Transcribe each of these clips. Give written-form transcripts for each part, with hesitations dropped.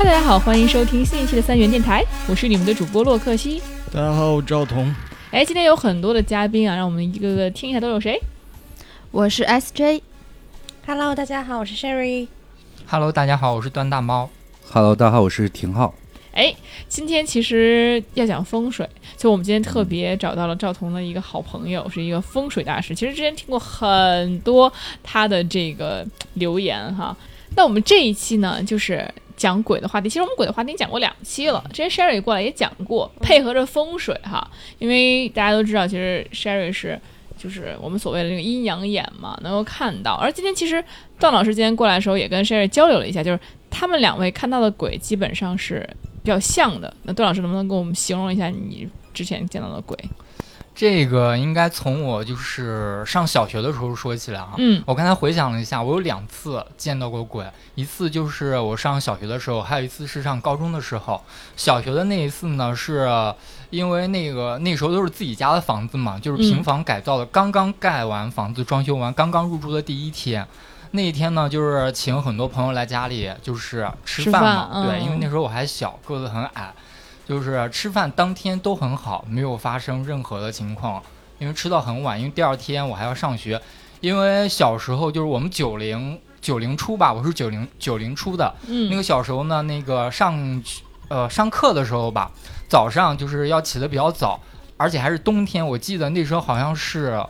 大家好，欢迎收听新一期的三元电台，我是你们的主播洛克西。 大家好，我赵彤。 今天有很多的嘉宾啊，让我们一个个听一下都有谁。 我是 SJ。 Hello， 大家好，我是 Sherry。Hello， 大家好，我是段大猫。 Hello， 大家好，我是廷浩。 今天其实要讲风水，就我们今天特别找到了赵彤的一个好朋友，是一个风水大师。其实之前听过很多他的这个留言哈。那我们这一期呢，就是讲鬼的话题。其实我们鬼的话题讲过2期了，之前 Sherry 过来也讲过，配合着风水哈。因为大家都知道，其实 Sherry 就是我们所谓的这个阴阳眼嘛，能够看到。而今天其实段老师今天过来的时候也跟 Sherry 交流了一下，就是他们2位看到的鬼基本上是比较像的。那段老师能不能跟我们形容一下你之前见到的鬼？ 这个应该从我就是上小学的时候说起来啊。我刚才回想了一下，我有2次见到过鬼，一次就是我上小学的时候，还有一次是上高中的时候。小学的那一次呢，是因为那时候都是自己家的房子嘛，就是平房改造的，刚刚盖完房子，装修完，刚刚入住的第一天。那一天呢，就是请很多朋友来家里，就是吃饭嘛。对，因为那时候我还小，个子很矮。就是吃饭当天都很好，没有发生任何的情况，因为吃到很晚，因为第二天我还要上学。因为小时候就是我们90初吧，我是90初的。那个小时候呢，那个上课的时候吧，早上就是要起得比较早，而且还是冬天。我记得那时候好像是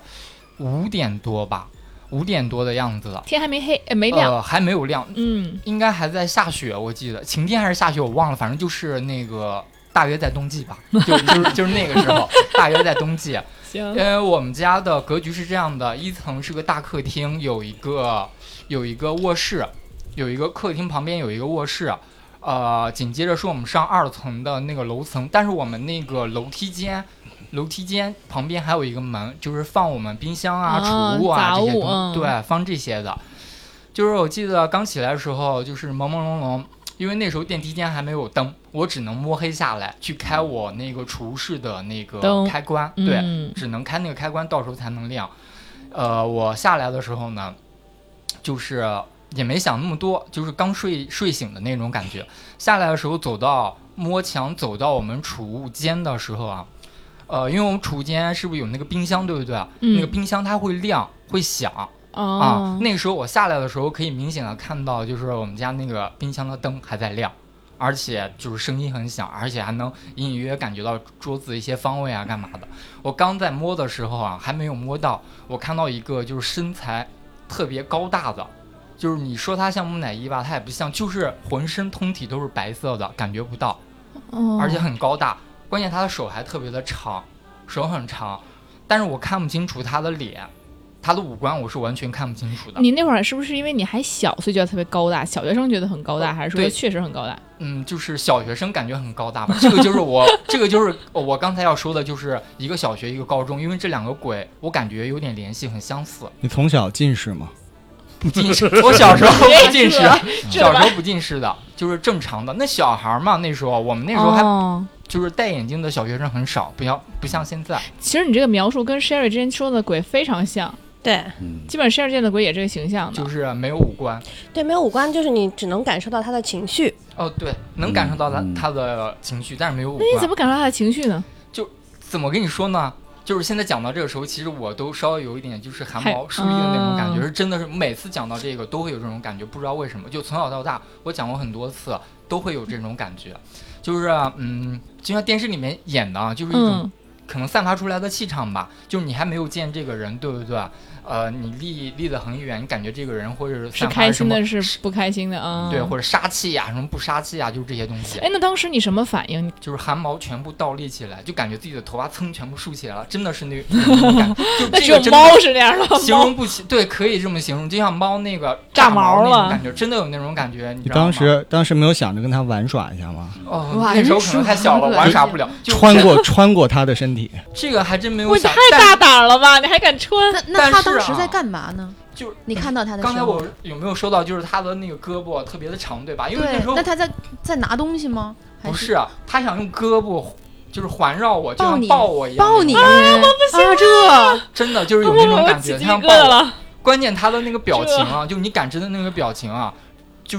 5点多吧，5点多的样子了， 天还没黑，没亮， 还没有亮，应该还在下雪，我记得晴天还是下雪我忘了，反正就是那个大约在冬季吧，就是那个时候，大约在冬季。因为我们家的格局是这样的，一层是个大客厅，有一个卧室，有一个客厅旁边有一个卧室，紧接着是我们上2层的那个楼层，但是我们那个楼梯间旁边还有一个门，就是放我们冰箱啊、储物啊这些东西，对，放这些的。就是我记得刚起来的时候，就是朦朦胧胧，因为那时候电梯间还没有灯，我只能摸黑下来去开我那个储物室的那个开关，对，只能开那个开关，到时候才能亮。我下来的时候呢，就是也没想那么多，就是刚睡醒的那种感觉。下来的时候摸墙走到我们储物间的时候啊，因为我们储物间是不是有那个冰箱，对不对？那个冰箱它会亮会响。那个时候我下来的时候可以明显的看到，就是我们家那个冰箱的灯还在亮，而且就是声音很响，而且还能隐隐约约感觉到桌子一些方位啊干嘛的。我刚在摸的时候啊，还没有摸到，我看到一个就是身材特别高大的，就是你说他像木乃伊吧，他也不像，就是浑身通体都是白色的，感觉不到，而且很高大，关键他的手还特别的长，手很长，但是我看不清楚他的脸。他的五官我是完全看不清楚的。你那会儿是不是因为你还小，所以觉得特别高大？小学生觉得很高大，还是说确实很高大？ 就是小学生感觉很高大吧。这个就是我刚才要说的，就是一个小学一个高中，因为这2个鬼我感觉有点联系，很相似。 你从小近视吗？ 不近视，我小时候不近视，小时候不近视的，就是正常的。那小孩嘛，那时候我们那时候还。就是戴眼镜的小学生很少，不像现在。 其实你这个描述跟 Sherry 之前说的鬼非常像。 对， 基本上 Sherry 见的鬼也这个形象的， 就是没有五官。 对，没有五官，就是你只能感受到他的情绪。 对，能感受到他的情绪，但是没有五官。 那你怎么感受到他的情绪呢？ 就怎么跟你说呢？就是现在讲到这个时候，其实我都稍微有一点就是汗毛竖立的那种感觉，是真的是每次讲到这个都会有这种感觉，不知道为什么。就从小到大，我讲过很多次，都会有这种感觉。就是就像电视里面演的，就是一种可能散发出来的气场吧。就是你还没有见这个人，对不对？你离得很远，你感觉这个人或者是开心的，是不开心的啊？ 对，或者杀气呀，什么不杀气呀，就是这些东西。 那当时你什么反应？ 就是汗毛全部倒立起来，就感觉自己的头发噌全部竖起来了，真的是那种感觉。就那只有猫是这样的， 形容不起。对，可以这么形容，就像猫那个炸毛那种感觉，真的有那种感觉。你知道吗？ 当时没有想着跟他玩耍一下吗？ 那时候可能太小了，玩耍不了。 穿过他的身体， 这个还真没有想。 太大胆了吧？你还敢穿？ 那他当时在干嘛呢？ 就你看到他的时候， 刚才我有没有说到，就是他的那个胳膊特别的长，对吧？因为那时候那他在拿东西吗？ 不是，他想用胳膊就是环绕我，就像抱我一样。 抱你啊！我不行， 这真的就是有那种感觉，他像抱我。 了。 关键他的那个表情啊，就你感知的那个表情啊，就是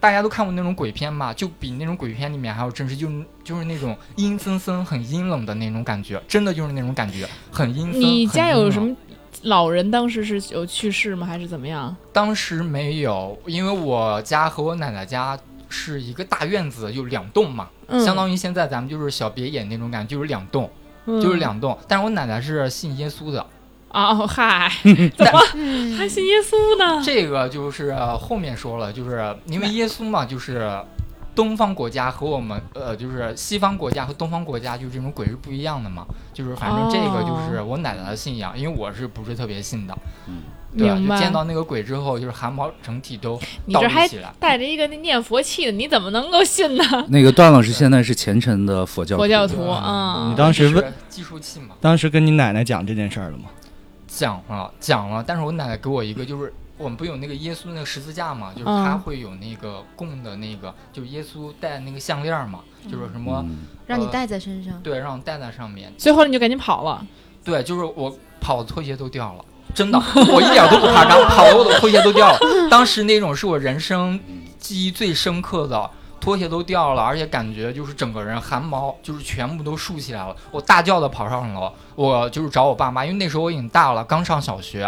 大家都看过那种鬼片嘛，就比那种鬼片里面还要真实，就是那种阴森森、很阴冷的那种感觉，真的就是那种感觉，很阴森。 你家有什么老人当时是有去世吗？还是怎么样？ 当时没有，因为我家和我奶奶家是一个大院子，有2栋嘛，相当于现在咱们就是小别野那种感觉，就是2栋，就是2栋。但是我奶奶是信耶稣的。 哦，嗨，怎么还信耶稣呢？ 这个就是后面说了，就是因为耶稣嘛，就是东方国家和我们就是西方国家和东方国家就是这种鬼是不一样的嘛，就是反正这个就是我奶奶的信仰，因为我是不是特别信的，对吧？就见到那个鬼之后，就是汗毛整体都倒立起来。你这还带着一个念佛器的，你怎么能够信呢？ 那个段老师现在是虔诚的佛教徒啊。 你当时问计数器嘛？ 当时跟你奶奶讲这件事儿了吗？ 讲了，但是我奶奶给我一个，就是我们不有那个耶稣那个十字架嘛，就是他会有那个供的那个，就是耶稣戴那个项链嘛，就是什么让你戴在身上， 对，让我戴在上面。 最后你就赶紧跑了。 对，就是我跑的拖鞋都掉了，真的，我一点都不夸张，跑的我的拖鞋都掉了。当时那种是我人生记忆最深刻的。拖鞋都掉了，而且感觉就是整个人汗毛就是全部都竖起来了。我大叫的跑上楼，我就是找我爸妈，因为那时候我已经大了，刚上小学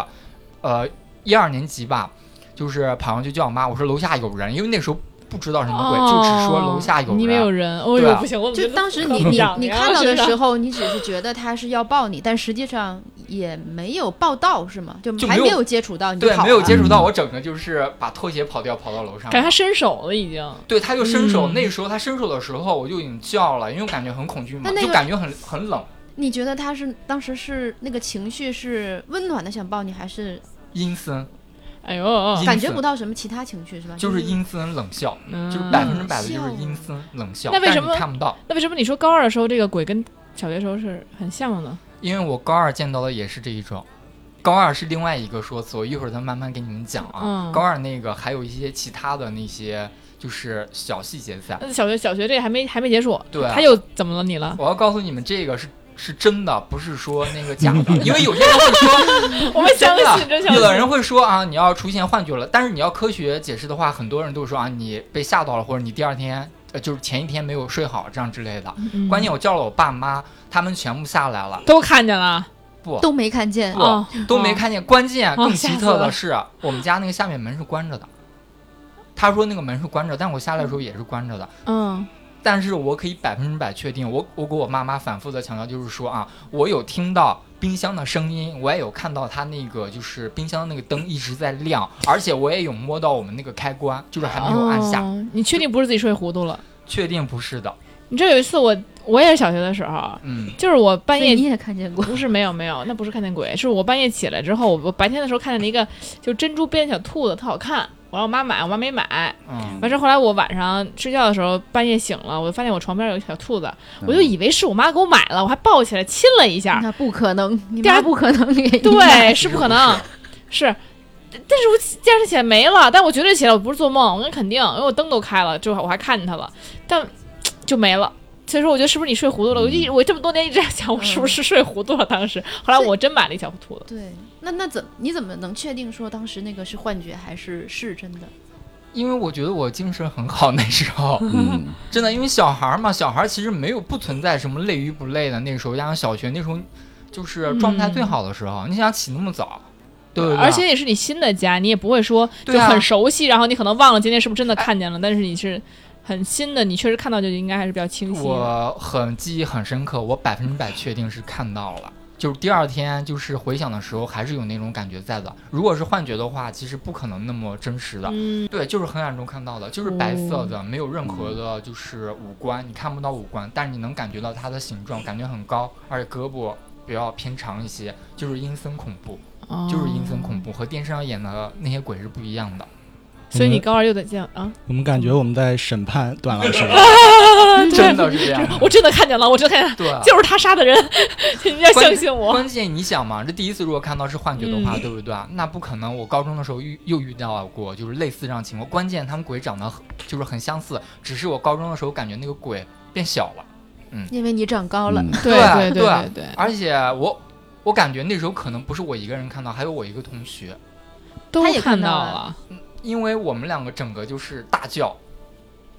，1、2年级吧，就是跑上去叫我妈，我说楼下有人，因为那时候不知道什么鬼，就只说楼下有人。 你没有人，哦呦，不行，我就当时你看到的时候，你只是觉得他是要抱你，但实际上也没有抱到，是吗？就还没有接触到，你就跑了。 对，没有接触到，我整个就是把拖鞋跑到楼上。 感觉他伸手了已经。 对，他就伸手，那时候他伸手的时候，我就已经叫了，因为我感觉很恐惧嘛，就感觉很冷。 你觉得他是当时是那个情绪是温暖的想抱你，还是阴森？ 哎呦， 感觉不到什么其他情绪是吧？ 就是阴森冷笑，就是100%的就是阴森冷笑。 那为什么看不到？ 那为什么你说高2的时候这个鬼跟小学时候是很像的呢？ 因为我高2见到的也是这一种，高2是另外一个说辞，我一会儿再慢慢给你们讲啊。高2那个还有一些其他的那些就是小细节在。 小学这个还没结束， 对、 他又怎么了你了？ 我要告诉你们，这个是真的，不是说那个假的，因为有些人会说， 我们相信，真相信。 有的人会说啊，你要出现幻觉了，但是你要科学解释的话，很多人都说啊，你被吓到了，或者你第二天就是前一天没有睡好，这样之类的。关键我叫了我爸妈，他们全部下来了， 都看见了。 不，都没看见， 都没看见。关键更奇特的是，我们家那个下面门是关着的。他说那个门是关着，但我下来的时候也是关着的。但是我可以100%确定，我给我妈妈反复的强调，就是说啊，我有听到冰箱的声音，我也有看到它那个就是冰箱的那个灯一直在亮，而且我也有摸到我们那个开关，就是还没有按下。 你确定不是自己睡糊涂了？ 确定不是的。 你知道有一次我也是小学的时候，就是我半夜你也看见过？ 不是，没有，那不是看见鬼，是我半夜起来之后，我白天的时候看见了一个就珍珠边小兔子，特好看。我让我妈买，我妈没买。完事后来我晚上睡觉的时候，半夜醒了，我就发现我床边有小兔子，我就以为是我妈给我买了，我还抱起来亲了一下。 那不可能，你妈不可能给你对，是不可能，是。但是我第二天起来没了，但我绝对起来，我不是做梦，我跟肯定，因为我灯都开了，就我还看见它了，但就没了。所以说，我觉得是不是你睡糊涂了？我这么多年一直在想，我是不是睡糊涂了？当时，后来我真买了一小兔子。 对，你怎么能确定说当时那个是幻觉还是真的？ 因为我觉得我精神很好那时候，真的，因为小孩嘛，小孩其实不存在什么累与不累的。那个时候，加上小学那时候，就是状态最好的时候。你想起那么早，对不对？ 而且也是你新的家，你也不会说就很熟悉，然后你可能忘了今天是不是真的看见了，但是你是。很新的，你确实看到就应该还是比较清晰。 我记忆很深刻，我100%确定是看到了。就是第二天就是回想的时候，还是有那种感觉在的。如果是幻觉的话，其实不可能那么真实的。对，就是黑暗中看到的，就是白色的，没有任何的就是五官，你看不到五官，但是你能感觉到它的形状，感觉很高，而且胳膊比较偏长一些，就是阴森恐怖，就是阴森恐怖，和电视上演的那些鬼是不一样的。 所以你高2又得这样啊？ 我们感觉我们在审判段老师， 真的是这样。 我真的看见了，对，就是他杀的人，你要相信我。 关键你想嘛，这第一次如果看到是幻觉的话，对不对？那不可能。我高中的时候又遇到过，就是类似这样情况。关键他们鬼长得就是很相似，只是我高中的时候感觉那个鬼变小了， 因为你长高了。 对， 而且我感觉那时候可能不是我一个人看到，还有我一个同学都看到了。 因为我们两个整个就是大叫，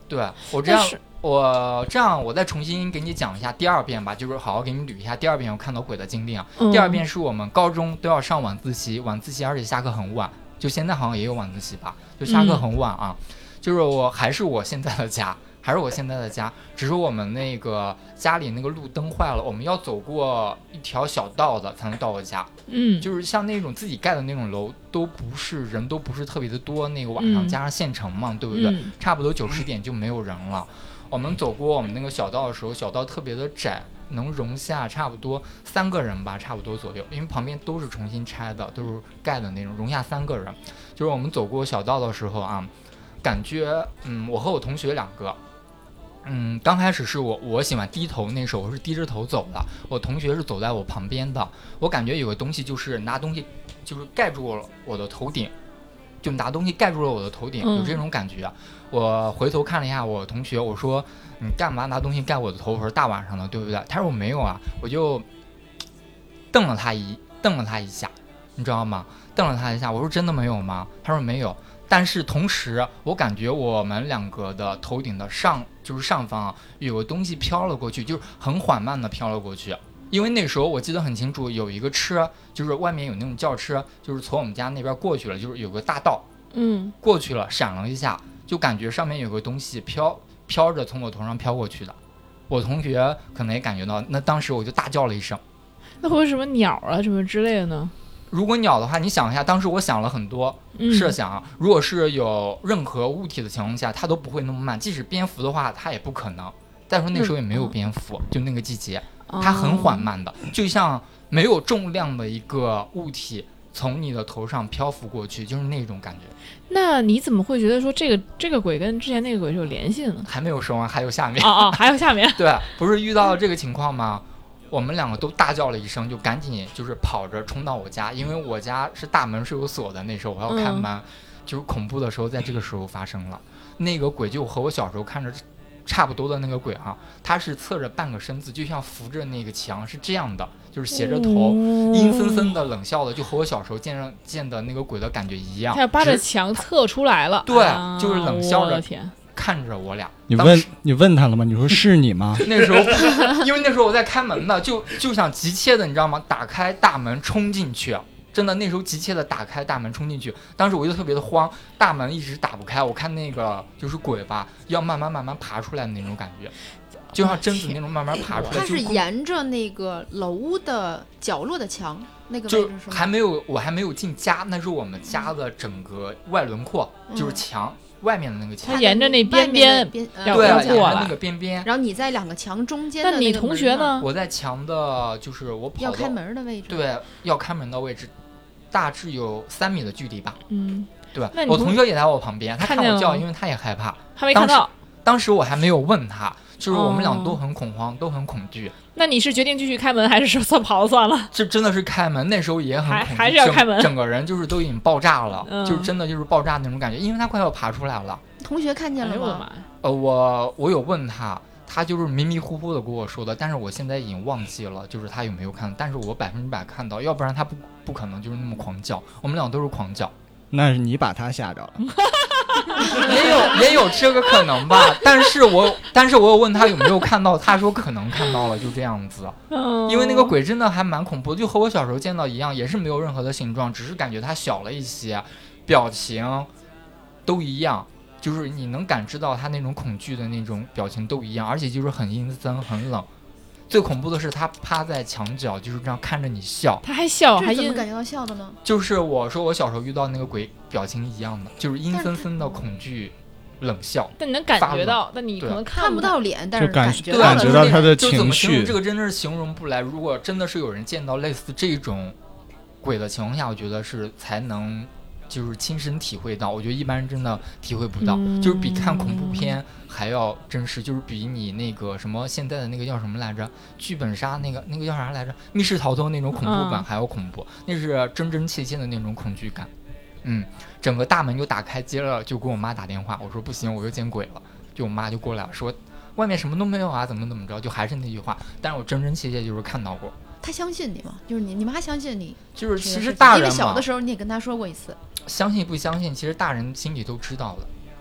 对，我这样我再重新给你讲一下第二遍吧，就是好好给你捋一下第二遍我看到鬼的经历啊。第二遍是我们高中都要上晚自习，而且下课很晚，就现在好像也有晚自习吧，就下课很晚啊。就是还是我现在的家，只是我们那个家里那个路灯坏了，我们要走过一条小道子才能到我家。就是像那种自己盖的那种楼，人都不是特别的多，那个晚上加上县城嘛，对不对？差不多9、10点就没有人了。我们走过我们那个小道的时候，小道特别的窄，能容下差不多3个人吧，差不多左右，因为旁边都是重新拆的，都是盖的那种，容下3个人。就是我们走过小道的时候啊，感觉我和我同学2个。刚开始是我喜欢低头，那时候我是低着头走的，我同学是走在我旁边的。我感觉有个东西就是拿东西就是盖住了我的头顶，有这种感觉。我回头看了一下我同学，我说你干嘛拿东西盖我的头？我说大晚上的，对不对？他说我没有啊，我就瞪了他一下，你知道吗？瞪了他一下，我说真的没有吗？他说没有。但是同时我感觉我们2个的头顶的上方有个东西飘了过去，就是很缓慢的飘了过去。因为那时候我记得很清楚，有一个车，就是外面有那种轿车，就是从我们家那边过去了，就是有个大道，过去了，闪了一下，就感觉上面有个东西飘着从我头上飘过去的。我同学可能也感觉到，那当时我就大叫了一声。 那会不会什么鸟啊什么之类的呢？ 如果鸟的话，你想一下，当时我想了很多设想，如果是有任何物体的情况下，它都不会那么慢。即使蝙蝠的话，它也不可能。再说那时候也没有蝙蝠，就那个季节，它很缓慢的，就像没有重量的一个物体从你的头上漂浮过去，就是那种感觉。 那你怎么会觉得说这个鬼跟之前那个鬼是有联系的呢？ 还没有说完，还有下面。 还有下面。 对，不是遇到了这个情况吗？我们2个都大叫了一声，就赶紧就是跑着冲到我家，因为我家是大门是有锁的，那时候我要开门，就是恐怖的时候在这个时候发生了。那个鬼就和我小时候看着差不多的那个鬼啊，他是侧着半个身子，就像扶着那个墙，是这样的，就是斜着头，阴森森的冷笑的，就和我小时候见的那个鬼的感觉一样。 他要扒着墙侧出来了。 对，就是冷笑着看着我俩。 你问他了吗？你说是你吗？ 那时候因为那时候我在开门呢，就想急切的，你知道吗？打开大门冲进去，真的那时候急切的打开大门冲进去。当时我就特别的慌，大门一直打不开，我看那个就是鬼吧，要慢慢爬出来的那种感觉，就像贞子那种慢慢爬出来。 它是沿着那个楼屋的角落的墙那个位置是吗？我还没有进家，那是我们家的整个外轮廓，就是墙。外面的那个墙， 他沿着那边要过来那个边边， 然后你在2个墙中间的那个门。 那你同学呢？ 我在墙的，就是我跑到要开门的位置。 对，要开门的位置，大致有3米的距离吧。对， 我同学也在我旁边，他看我叫，因为他也害怕。 他没看到。 当时我还没有问他，就是我们俩都很恐慌，都很恐惧。 那你是决定继续开门，还是说算跑算了？ 这真的是开门，那时候也很恐惧， 还是要开门， 整个人就是都已经爆炸了，就是真的就是爆炸那种感觉，因为他快要爬出来了。 同学看见了吗？ 我有问他，他就是迷迷糊糊的跟我说的，但是我现在已经忘记了，就是他有没有看，但是我100%看到，要不然他不可能就是那么狂叫，我们俩都是狂叫。 那是你把他吓着了。 也有这个可能吧，但是我有问他有没有看到，他说可能看到了，就这样子。因为那个鬼真的还蛮恐怖的，就和我小时候见到一样，也是没有任何的形状，只是感觉他小了一些，表情都一样，就是你能感知到他那种恐惧的那种表情都一样，而且就是很阴森很冷。最恐怖的是他趴在墙角，就是这样看着你笑。 他还笑， 还怎么感觉到笑的呢？ 就是我说我小时候遇到那个鬼表情一样的，就是阴森森的恐惧冷笑。 但你能感觉到，但你可能看不到脸，但是感觉到他的情绪。 这个真的是形容不来。如果真的是有人见到类似这种鬼的情况下，我觉得是才能就是亲身体会到，我觉得一般人真的体会不到，就是比看恐怖片还要真实，就是比你那个什么现在的那个叫什么来着，剧本杀那个叫啥来着，密室逃脱那种恐怖感还要恐怖，那是真真切切的那种恐惧感。整个大门就打开，接着就给我妈打电话，我说不行，我又见鬼了，就我妈就过来了，说外面什么都没有啊，怎么着，就还是那句话，但是我真真切切就是看到过。 他相信你吗？就是你妈相信你？ 就是其实大人嘛， 因为小的时候你也跟他说过一次。 相信不相信，其实大人心里都知道的。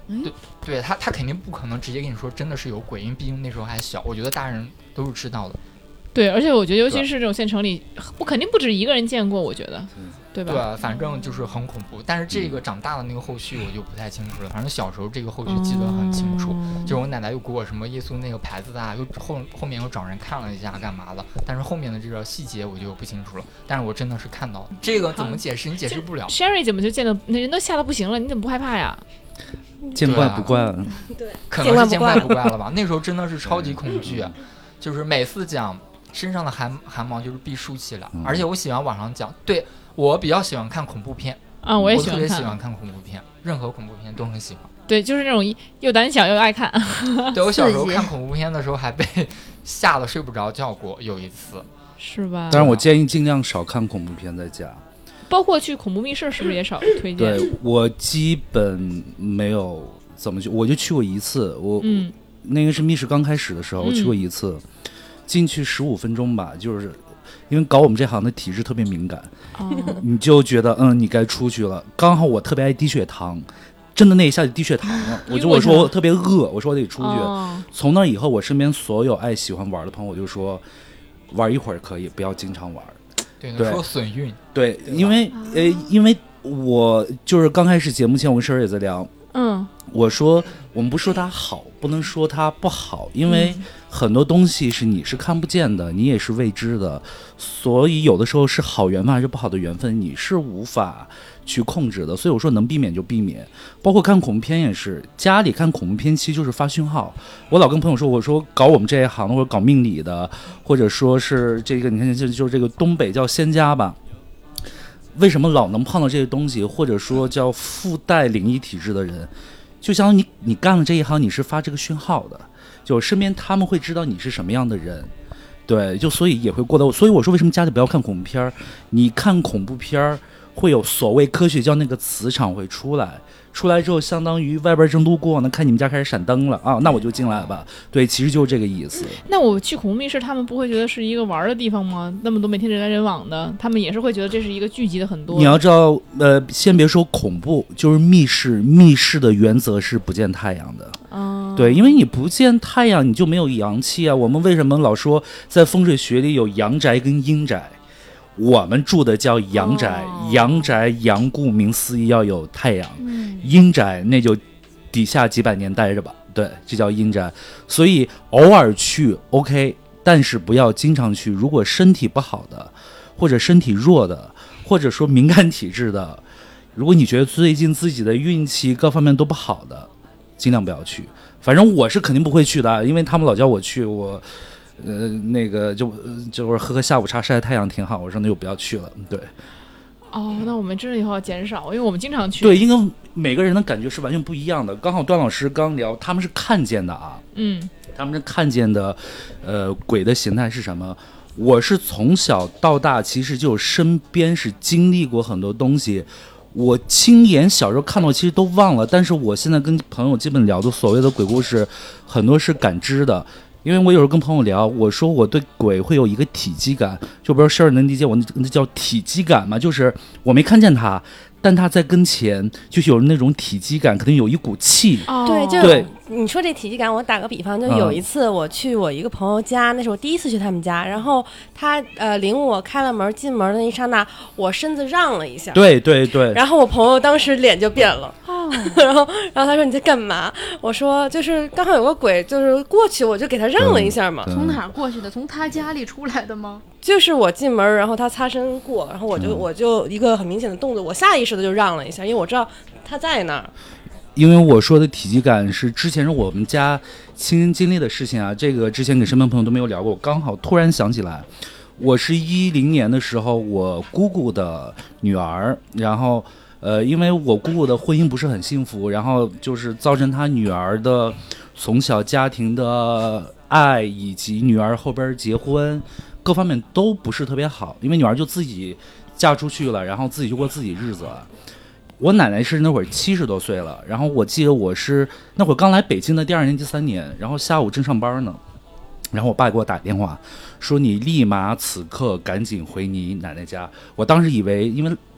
对他肯定不可能直接跟你说真的是有鬼，因为毕竟那时候还小。我觉得大人都是知道的。 对，而且我觉得尤其是这种县城里，肯定不止一个人见过，我觉得，对吧？ 对，反正就是很恐怖。但是这个长大的那个后续我就不太清楚了。反正小时候这个后续记得很清楚，就是我奶奶又给我什么耶稣那个牌子啊，又后面又找人看了一下干嘛的。但是后面的这个细节我就不清楚了。但是我真的是看到了，这个怎么解释？你解释不了。 Sherry 怎么就见到那人都吓得不行了，你怎么不害怕呀？ 见怪不怪了， 对， 可能是见怪不怪了吧？那时候真的是超级恐惧，就是每次讲身上的汗毛就是必竖起来，而且我喜欢网上讲，对我比较喜欢看恐怖片啊，我也喜欢看， 我特别喜欢看恐怖片，任何恐怖片都很喜欢。 对，就是那种又胆小又爱看。 对，我小时候看恐怖片的时候还被吓得睡不着觉过，有一次， 是吧？ 但是我建议尽量少看恐怖片在家。 包括去恐怖密室是不是也少推荐？ 对，我基本没有怎么去，我就去过一次。那个是密室刚开始的时候，我去过一次，进去15分钟吧，就是因为搞我们这行的体质特别敏感，你就觉得你该出去了。刚好我特别爱低血糖，真的那一下就低血糖了。我说我特别饿，我说我得出去。从那以后，我身边所有爱喜欢玩的朋友，我就说玩一会儿可以，不要经常玩。 对，说损运。 对，因为我就是刚开始节目前，我跟Sherry也在聊，我说我们不说它好，不能说它不好，因为很多东西是你是看不见的，你也是未知的，所以有的时候是好缘分还是不好的缘分，你是无法去控制的。所以我说能避免就避免，包括看恐怖片也是，家里看恐怖片其实就是发讯号。我老跟朋友说，我说搞我们这一行的，或者搞命理的，或者说是这个，你看就是这个东北叫仙家吧，为什么老能碰到这些东西，或者说叫附带灵异体质的人，就相当于你干了这一行，你是发这个讯号的，就身边他们会知道你是什么样的人。对，就所以也会过得，所以我说为什么家里不要看恐怖片，你看恐怖片会有所谓科学叫那个磁场会出来之后，相当于外边正路过呢，看你们家开始闪灯了啊，那我就进来吧。对，其实就是这个意思。 那我去恐怖密室，他们不会觉得是一个玩的地方吗？那么多每天人来人往的，他们也是会觉得这是一个聚集的很多。 你要知道，先别说恐怖，就是密室的原则是不见太阳的。对，因为你不见太阳，你就没有阳气啊。我们为什么老说在风水学里有阳宅跟阴宅？我们住的叫阳宅，阳宅阳顾名思义要有太阳，阴宅那就底下几百年待着吧，对，这叫阴宅。所以偶尔去 OK， 但是不要经常去。如果身体不好的，或者身体弱的，或者说敏感体质的，如果你觉得最近自己的运气各方面都不好的，尽量不要去。反正我是肯定不会去的，因为他们老叫我去，我那个就是喝下午茶晒太阳挺好，我说那就不要去了。对， 那我们真的以后要减少，因为我们经常去。 对，因为每个人的感觉是完全不一样的。刚好段老师刚聊，他们是看见的啊，他们是看见的，鬼的形态是什么？我是从小到大，其实就身边是经历过很多东西。我亲眼小时候看到其实都忘了，但是我现在跟朋友基本聊的所谓的鬼故事，很多是感知的。因为我有时候跟朋友聊，我说我对鬼会有一个体积感，就不知道Sherry能理解我那叫体积感吗？就是我没看见他，但他在跟前，就是有那种体积感，可能有一股气。 对，就你说这体积感，我打个比方，就有一次我去我一个朋友家，那是我第一次去他们家，然后他领我开了门，进门的那一刹那，我身子让了一下。 对对对。 然后我朋友当时脸就变了。然后他说你在干嘛？我说就是刚好有个鬼，就是过去我就给他让了一下嘛。 从哪儿过去的？从他家里出来的吗？ 就是我进门，然后他擦身过，然后我就一个很明显的动作，我下意识的就让了一下，因为我知道他在那儿。 因为我说的体积感是之前是我们家亲身经历的事情啊，这个之前给身边朋友都没有聊过，我刚好突然想起来，我是10年的时候，我姑姑的女儿，然后因为我姑姑的婚姻不是很幸福，然后就是造成她女儿的从小家庭的爱，以及女儿后边结婚各方面都不是特别好，因为女儿就自己嫁出去了，然后自己就过自己日子了。我奶奶是那会儿70多岁了，然后我记得我是那会儿刚来北京的第2年第3年，然后下午正上班呢，然后我爸给我打电话说你立马此刻赶紧回你奶奶家。我当时以为因为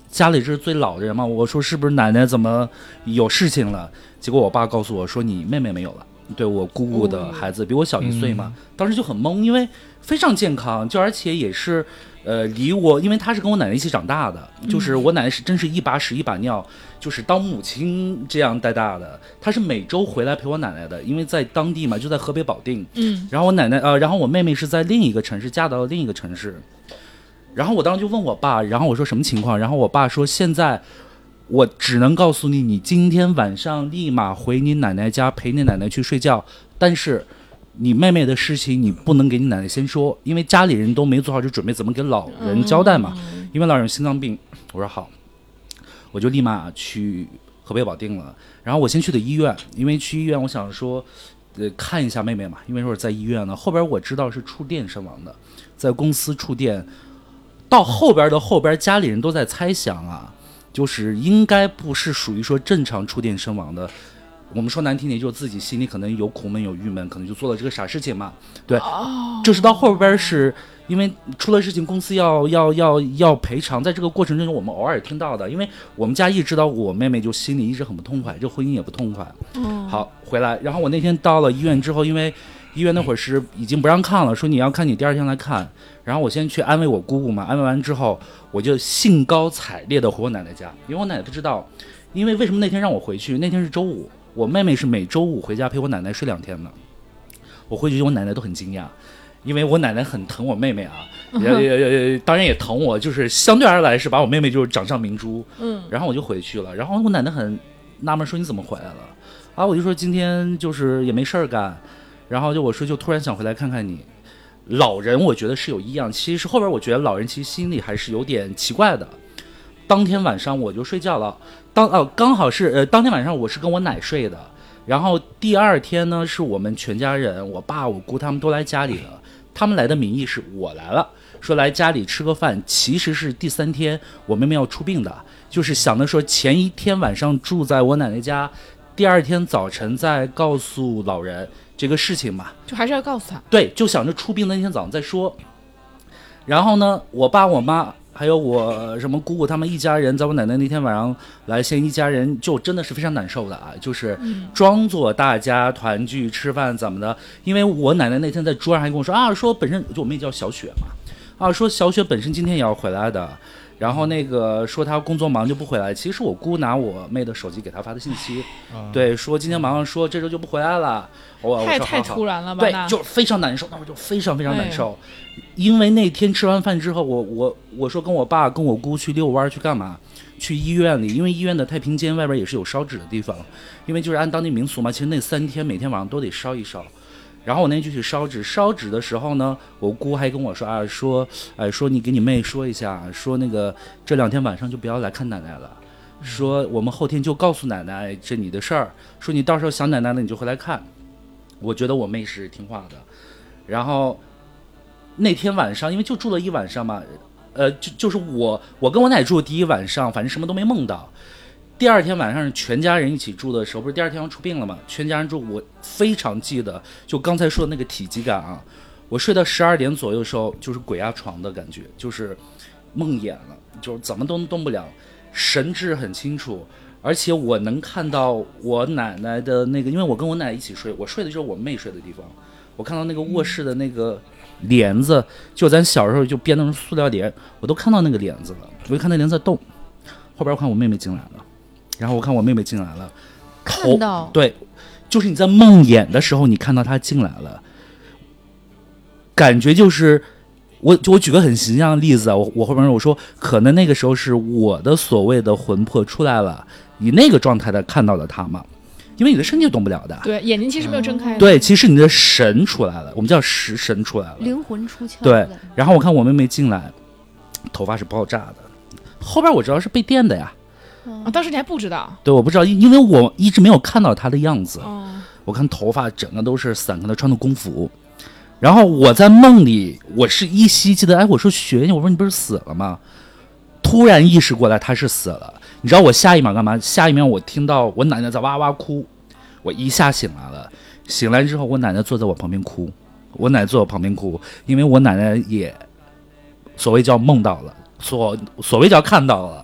家里是最老的人嘛，我说是不是奶奶怎么有事情了？结果我爸告诉我说你妹妹没有了，对，我姑姑的孩子比我小1岁嘛，当时就很懵，因为非常健康，就而且也是离我，因为他是跟我奶奶一起长大的，就是我奶奶是真是一把屎一把尿，就是当母亲这样带大的。他是每周回来陪我奶奶的，因为在当地嘛，就在河北保定。然后我奶奶然后我妹妹是在另一个城市嫁到了另一个城市。然后我当时就问我爸，然后我说什么情况？然后我爸说现在我只能告诉你，你今天晚上立马回你奶奶家陪你奶奶去睡觉，但是你妹妹的事情你不能给你奶奶先说，因为家里人都没做好这准备，怎么给老人交代嘛？因为老人心脏病。我说好，我就立马去河北保定了。然后我先去的医院，因为去医院我想说看一下妹妹嘛，因为说在医院呢。后边我知道是触电身亡的，在公司触电。到后边家里人都在猜想啊，就是应该不是属于说正常触电身亡的。我们说难听点，就自己心里可能有苦闷有郁闷，可能就做了这个傻事情嘛。对，就是到后边是因为出了事情，公司要赔偿，在这个过程中我们偶尔听到的，因为我们家一直知道我妹妹就心里一直很不痛快，这婚姻也不痛快。好，回来，然后我那天到了医院之后，因为医院那会儿是已经不让看了，说你要看你第二天来看。然后我先去安慰我姑姑嘛，安慰完之后，我就兴高采烈的回我奶奶家，因为我奶奶不知道，因为为什么那天让我回去？那天是周五，我妹妹是每周五回家陪我奶奶睡2天的。我回去我奶奶都很惊讶，因为我奶奶很疼我妹妹啊，当然也疼我，就是相对而来是把我妹妹就是掌上明珠。然后我就回去了，然后我奶奶很纳闷说你怎么回来了？啊，我就说今天就是也没事儿干，然后我说就突然想回来看看你。老人我觉得是有异样，其实后边我觉得老人其实心里还是有点奇怪的。当天晚上我就睡觉了，刚好是当天晚上我是跟我奶睡的，然后第二天呢是我们全家人，我爸我姑他们都来家里了。他们来的名义是我来了，说来家里吃个饭，其实是第3天我妹妹要出殡的，就是想着说前一天晚上住在我奶奶家，第二天早晨再告诉老人这个事情嘛， 就还是要告诉他。 对，就想着出殡那天早上再说。然后呢，我爸我妈还有我什么姑姑他们一家人，在我奶奶那天晚上来，现一家人就真的是非常难受的啊，就是装作大家团聚吃饭怎么的。因为我奶奶那天在桌上还跟我说啊，说本身就我妹叫小雪嘛，啊，说小雪本身今天也要回来的。然后那个说他工作忙就不回来，其实我姑拿我妹的手机给他发的信息，对，说今天忙说这周就不回来了。 太突然了吧？ 对，就非常难受，那会就非常非常难受。因为那天吃完饭之后，我说跟我爸跟我姑去遛弯去干嘛？去医院里，因为医院的太平间外边也是有烧纸的地方，因为就是按当地民俗嘛，其实那3天每天晚上都得烧一烧。然后我那天就去烧纸的时候呢，我姑还跟我说啊，说你给你妹说一下，说那个这2天晚上就不要来看奶奶了，说我们后天就告诉奶奶这你的事儿，说你到时候想奶奶了你就回来看。我觉得我妹是听话的。然后那天晚上因为就住了1晚上嘛，就是我跟我奶住的第1晚上，反正什么都没梦到。第二天晚上是全家人一起住的时候，不是第二天要出殡了吗？全家人住，我非常记得，就刚才说的那个体积感啊，我睡到12点左右的时候，就是鬼压床的感觉，就是梦魇了，就是怎么都动不了，神志很清楚，而且我能看到我奶奶的那个，因为我跟我奶奶一起睡，我睡的就是我妹睡的地方，我看到那个卧室的那个帘子，就咱小时候就编那种塑料帘，我都看到那个帘子了，我就看那帘子在动，后边我看我妹妹进来了。然后我看我妹妹进来了， 看到对，就是你在梦魇的时候，你看到她进来了，感觉就是我举个很形象的例子啊，我后边我说可能那个时候是我的所谓的魂魄出来了，以那个状态的看到了她嘛，因为你的身体动不了的， 对，眼睛其实没有睁开的， 对，其实你的神出来了，我们叫食神出来了， 灵魂出窍， 对。然后我看我妹妹进来，头发是爆炸的，后边我知道是被电的呀。 当时你还不知道？ 对，我不知道，因为我一直没有看到她的样子。我看头发整个都是散开的，穿的工服。然后我在梦里，我是依稀记得，哎，我说雪，我说你不是死了吗？突然意识过来她是死了。你知道我下一秒干嘛？下一秒我听到我奶奶在哇哇哭，我一下醒来了。醒来之后，我奶奶坐在我旁边哭，因为我奶奶也所谓叫梦到了，所谓叫看到了。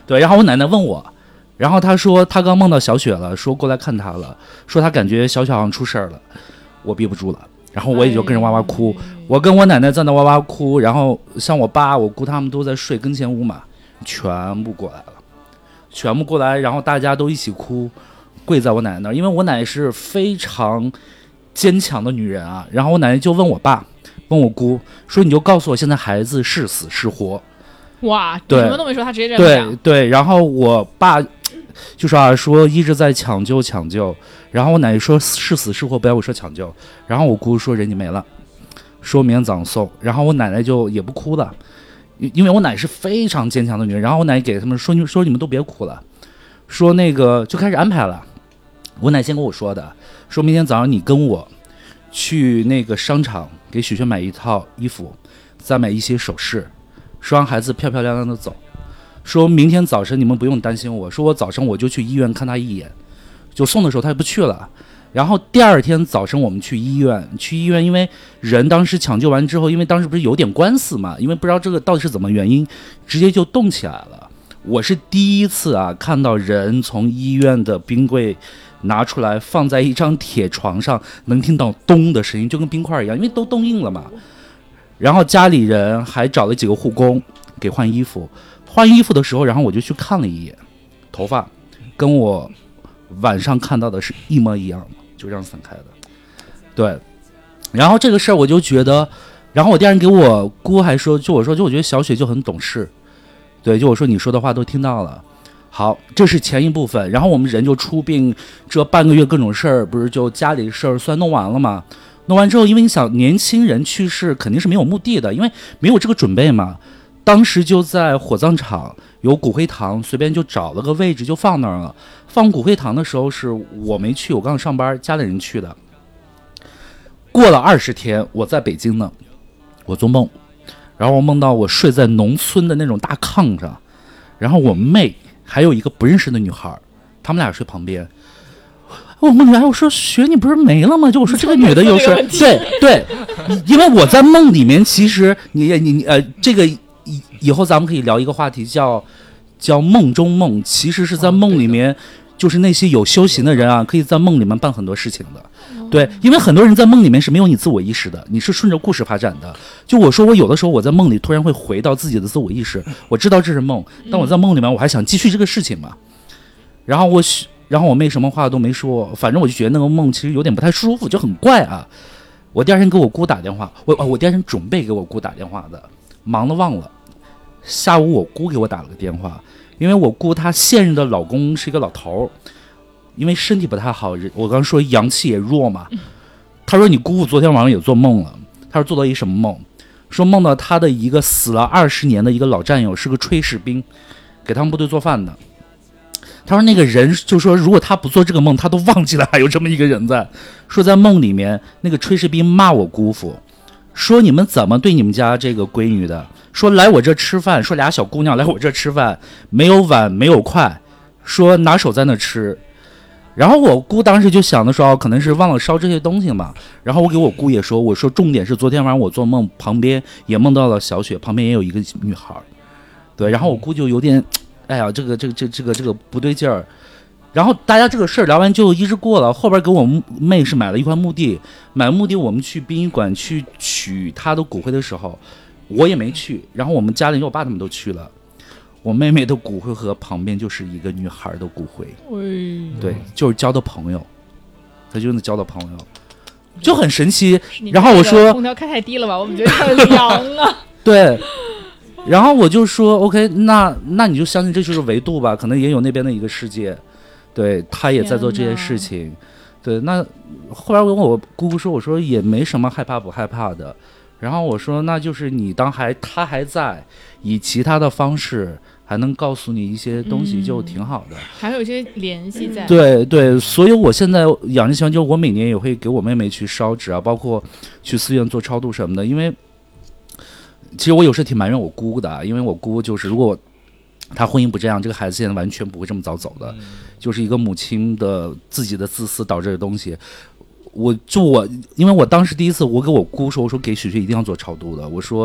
对，然后我奶奶问我，然后她说她刚梦到小雪了，说过来看她了，说她感觉小雪好像出事儿了，我憋不住了，然后我也就跟着哇哇哭，我跟我奶奶在那哇哇哭，然后像我爸我姑他们都在睡跟前屋嘛，全部过来了，全部过来，然后大家都一起哭，跪在我奶奶那儿，因为我奶奶是非常坚强的女人啊，然后我奶奶就问我爸问我姑说你就告诉我现在孩子是死是活。 哇， 对， 什么都没说，他直接这样讲。 对，然后我爸就说一直在抢救，然后我奶奶说是死是活不要我说抢救，然后我姑说人已经没了，说明天早上送，然后我奶奶就也不哭了，因为我奶奶是非常坚强的女人，然后我奶奶给他们说你们都别哭了，说那个就开始安排了，我奶先跟我说的，说明天早上你跟我去那个商场给雪雪买一套衣服，再买一些首饰，说让孩子漂漂亮亮的走，说明天早晨你们不用担心我，说我早上我就去医院看他一眼，就送的时候他也不去了，然后第二天早晨我们去医院，因为人当时抢救完之后，因为当时不是有点官司嘛，因为不知道这个到底是怎么原因，直接就动起来了。我是第一次啊看到人从医院的冰柜拿出来放在一张铁床上，能听到咚的声音，就跟冰块一样，因为都冻硬了嘛。然后家里人还找了几个护工给换衣服的时候，然后我就去看了一眼，头发跟我晚上看到的是一模一样的，就这样散开的。对，然后这个事儿我就觉得，然后我第二天给我姑还说，就我觉得小雪就很懂事，对，就我说你说的话都听到了。好，这是前一部分，然后我们人就出殡，这半个月各种事儿，不是就家里事儿算弄完了吗？弄完之后，因为你想年轻人去世肯定是没有墓地的，因为没有这个准备嘛。当时就在火葬场有骨灰堂，随便就找了个位置就放那儿了。放骨灰堂的时候是我没去，我刚上班，家里人去的。过了20天，我在北京呢，我做梦，然后我梦到我睡在农村的那种大炕上，然后我妹还有一个不认识的女孩，他们俩睡旁边。我梦来，我说雪你不是没了吗？就我说这个女的又是对，因为我在梦里面，其实你这个以后咱们可以聊一个话题叫梦中梦，其实是在梦里面，就是那些有修行的人啊，可以在梦里面办很多事情的。对，因为很多人在梦里面是没有你自我意识的，你是顺着故事发展的。就我说我有的时候我在梦里突然会回到自己的自我意识，我知道这是梦，但我在梦里面我还想继续这个事情嘛。然后我妹什么话都没说，反正我就觉得那个梦其实有点不太舒服，就很怪啊。我第二天给我姑打电话，我第二天准备给我姑打电话的，忙了忘了。下午我姑给我打了个电话，因为我姑她现任的老公是一个老头，因为身体不太好，我刚说阳气也弱嘛。他说你姑姑昨天晚上也做梦了，他说做到一什么梦？说梦到他的一个死了20年的一个老战友，是个炊事兵，给他们部队做饭的。他说那个人就说如果他不做这个梦，他都忘记了还有这么一个人在。说在梦里面那个炊事兵骂我姑父，说你们怎么对你们家这个闺女的，说来我这吃饭，说俩小姑娘来我这吃饭，没有碗没有筷，说拿手在那吃。然后我姑当时就想的说可能是忘了烧这些东西嘛。然后我给我姑也说，我说重点是昨天晚上我做梦旁边也梦到了小雪，旁边也有一个女孩。对，然后我姑就有点哎呀这个不对劲儿。然后大家这个事儿聊完就一直过了，后边给我妹是买了一块墓地，买墓地我们去殡仪馆去取她的骨灰的时候，我也没去，然后我们家里我爸他们都去了，我妹妹的骨灰盒旁边就是一个女孩的骨灰，对，就是交的朋友，她就是交的朋友，就很神奇。然后我说空调开太低了吧，我们觉得太凉啊。 对，然后我就说 OK， 那你就相信这就是维度吧，可能也有那边的一个世界，对，他也在做这些事情。对，那后来我跟我姑姑说，我说也没什么害怕不害怕的。然后我说那就是你他还在，以其他的方式还能告诉你一些东西就挺好的， 还有一些联系在。 对，所以我现在养成习惯，就我每年也会给我妹妹去烧纸啊，包括去寺院做超度什么的。因为其实我有时挺埋怨我姑的，因为我姑就是如果她婚姻不这样，这个孩子现在完全不会这么早走的，就是一个母亲的自己的自私导致的东西。因为我当时第一次我给我姑说，我说给雪雪一定要做超度的，我说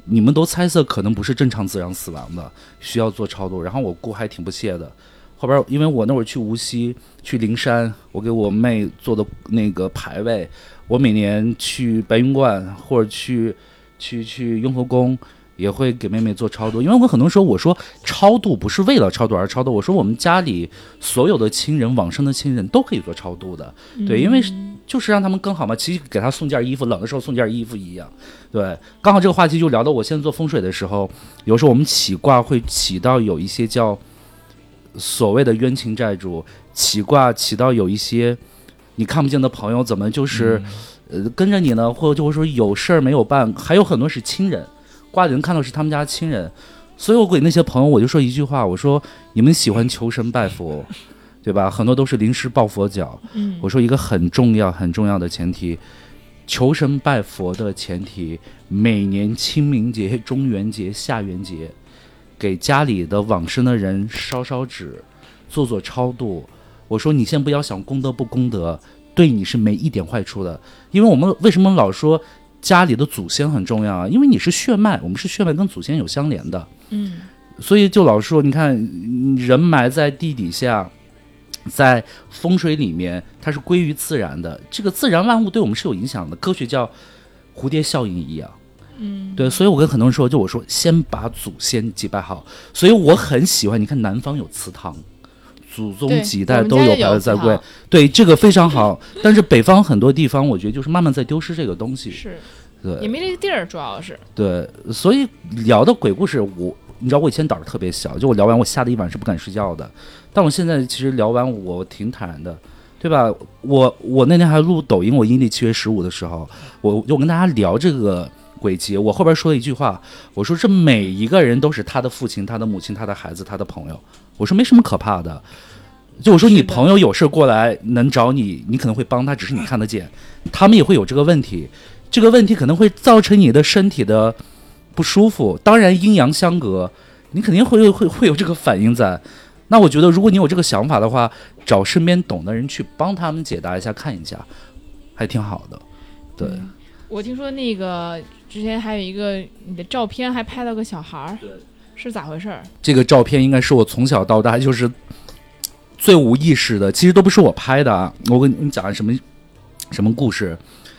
你们都猜测可能不是正常自然死亡的，需要做超度。然后我姑还挺不屑的。后边因为我那会儿去无锡去灵山，我给我妹做的那个牌位，我每年去白云观或者去雍和宫也会给妹妹做超度。因为我很多时候我说超度不是为了超度而超度，我说我们家里所有的亲人往生的亲人都可以做超度的，对，因为就是让他们更好嘛，其实给他送件衣服，冷的时候送件衣服一样。对，刚好这个话题就聊到我现在做风水的时候，有时候我们起卦会起到有一些叫所谓的冤亲债主，起卦起到有一些你看不见的朋友怎么就是跟着你呢，或者就是说有事儿没有办，还有很多是亲人，卦里能看到是他们家亲人。所以我给那些朋友我就说一句话，我说你们喜欢求神拜佛对吧，很多都是临时抱佛脚，我说一个很重要的前提，求神拜佛的前提，每年清明节、中元节、下元节给家里的往生的人烧烧纸，做做超度。我说你先不要想功德不功德，对你是没一点坏处的。因为我们为什么老说家里的祖先很重要啊？因为你是血脉，我们是血脉跟祖先有相连的。所以就老说，你看人埋在地底下，在风水里面它是归于自然的，这个自然万物对我们是有影响的，科学叫蝴蝶效应一样。对，所以我跟很多人说，就我说先把祖先祭拜好。所以我很喜欢，你看南方有祠堂，祖宗几代都有牌在贵，对，这个非常好。但是北方很多地方，我觉得就是慢慢在丢失这个东西， 是， 对， 也没这个地儿，主要是对。所以聊的鬼故事，你知道我以前胆儿特别小，就我聊完我吓得一晚是不敢睡觉的。但我现在其实聊完我挺坦然的，对吧？我那天还录抖音，我阴历7月15的时候，我就跟大家聊这个鬼节。我后边说了一句话，我说这每一个人都是他的父亲、他的母亲、他的孩子、他的朋友。我说没什么可怕的，就我说你朋友有事过来能找你，你可能会帮他，只是你看得见，他们也会有这个问题，这个问题可能会造成你的身体的不舒服。当然阴阳相隔，你肯定会有这个反应在。那我觉得如果你有这个想法的话，找身边懂的人去帮他们解答一下看一下还挺好的。对， 我听说那个之前还有一个你的照片还拍了个小孩，是咋回事？ 这个照片应该是我从小到大就是最无意识的，其实都不是我拍的啊。我跟你讲什么故事，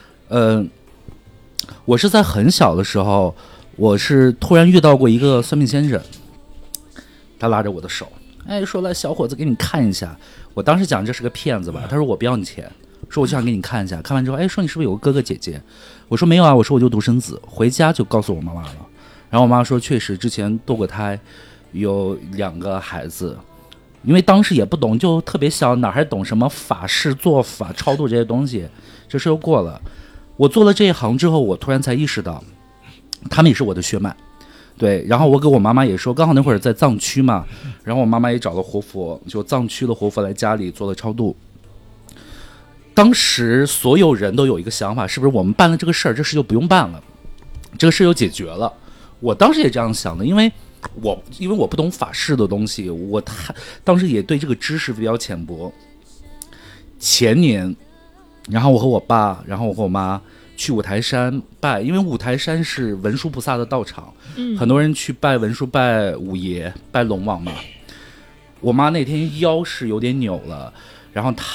我是在很小的时候，我是突然遇到过一个算命先生，他拉着我的手，说来小伙子给你看一下。我当时讲这是个骗子吧，他说我不要你钱，说我就想给你看一下。看完之后，说你是不是有个哥哥姐姐？我说没有啊，我说我就独生子，回家就告诉我妈妈了。然后我妈说确实之前堕过胎，有2个孩子。因为当时也不懂，就特别小，哪还懂什么法事做法超度这些东西，这事又过了。我做了这一行之后，我突然才意识到他们也是我的血脉。对，然后我给我妈妈也说，刚好那会儿在藏区嘛，然后我妈妈也找了活佛，就藏区的活佛来家里做了超度。当时所有人都有一个想法，是不是我们办了这个事儿，这事就不用办了，这个事就解决了。我当时也这样想的，因为我不懂法事的东西，当时也对这个知识比较浅薄。前年，然后我和我爸，然后我和我妈去五台山拜，因为五台山是文殊菩萨的道场，很多人去拜文殊、拜五爷、拜龙王嘛。我妈那天腰是有点扭了，然后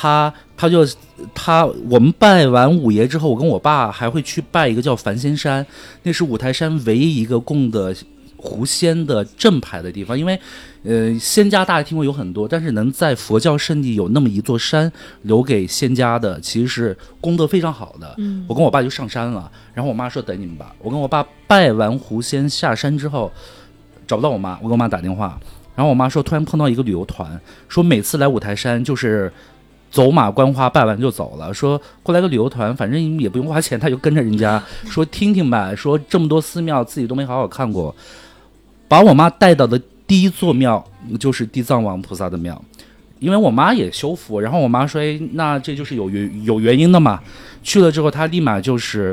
我们拜完五爷之后，我跟我爸还会去拜一个叫梵仙山，那是五台山唯一一个供的狐仙的正牌的地方。因为仙家大家听过有很多，但是能在佛教圣地有那么一座山留给仙家的，其实是功德非常好的。我跟我爸就上山了，然后我妈说等你们吧。我跟我爸拜完狐仙下山之后找不到我妈，我跟我妈打电话，然后我妈说突然碰到一个旅游团，说每次来五台山就是走马观花拜完就走了，说过来个旅游团反正也不用花钱，他就跟着人家说听听吧，说这么多寺庙自己都没好好看过。把我妈带到的第一座庙就是地藏王菩萨的庙，因为我妈也修佛，然后我妈说那这就是有原因的嘛。去了之后她立马就是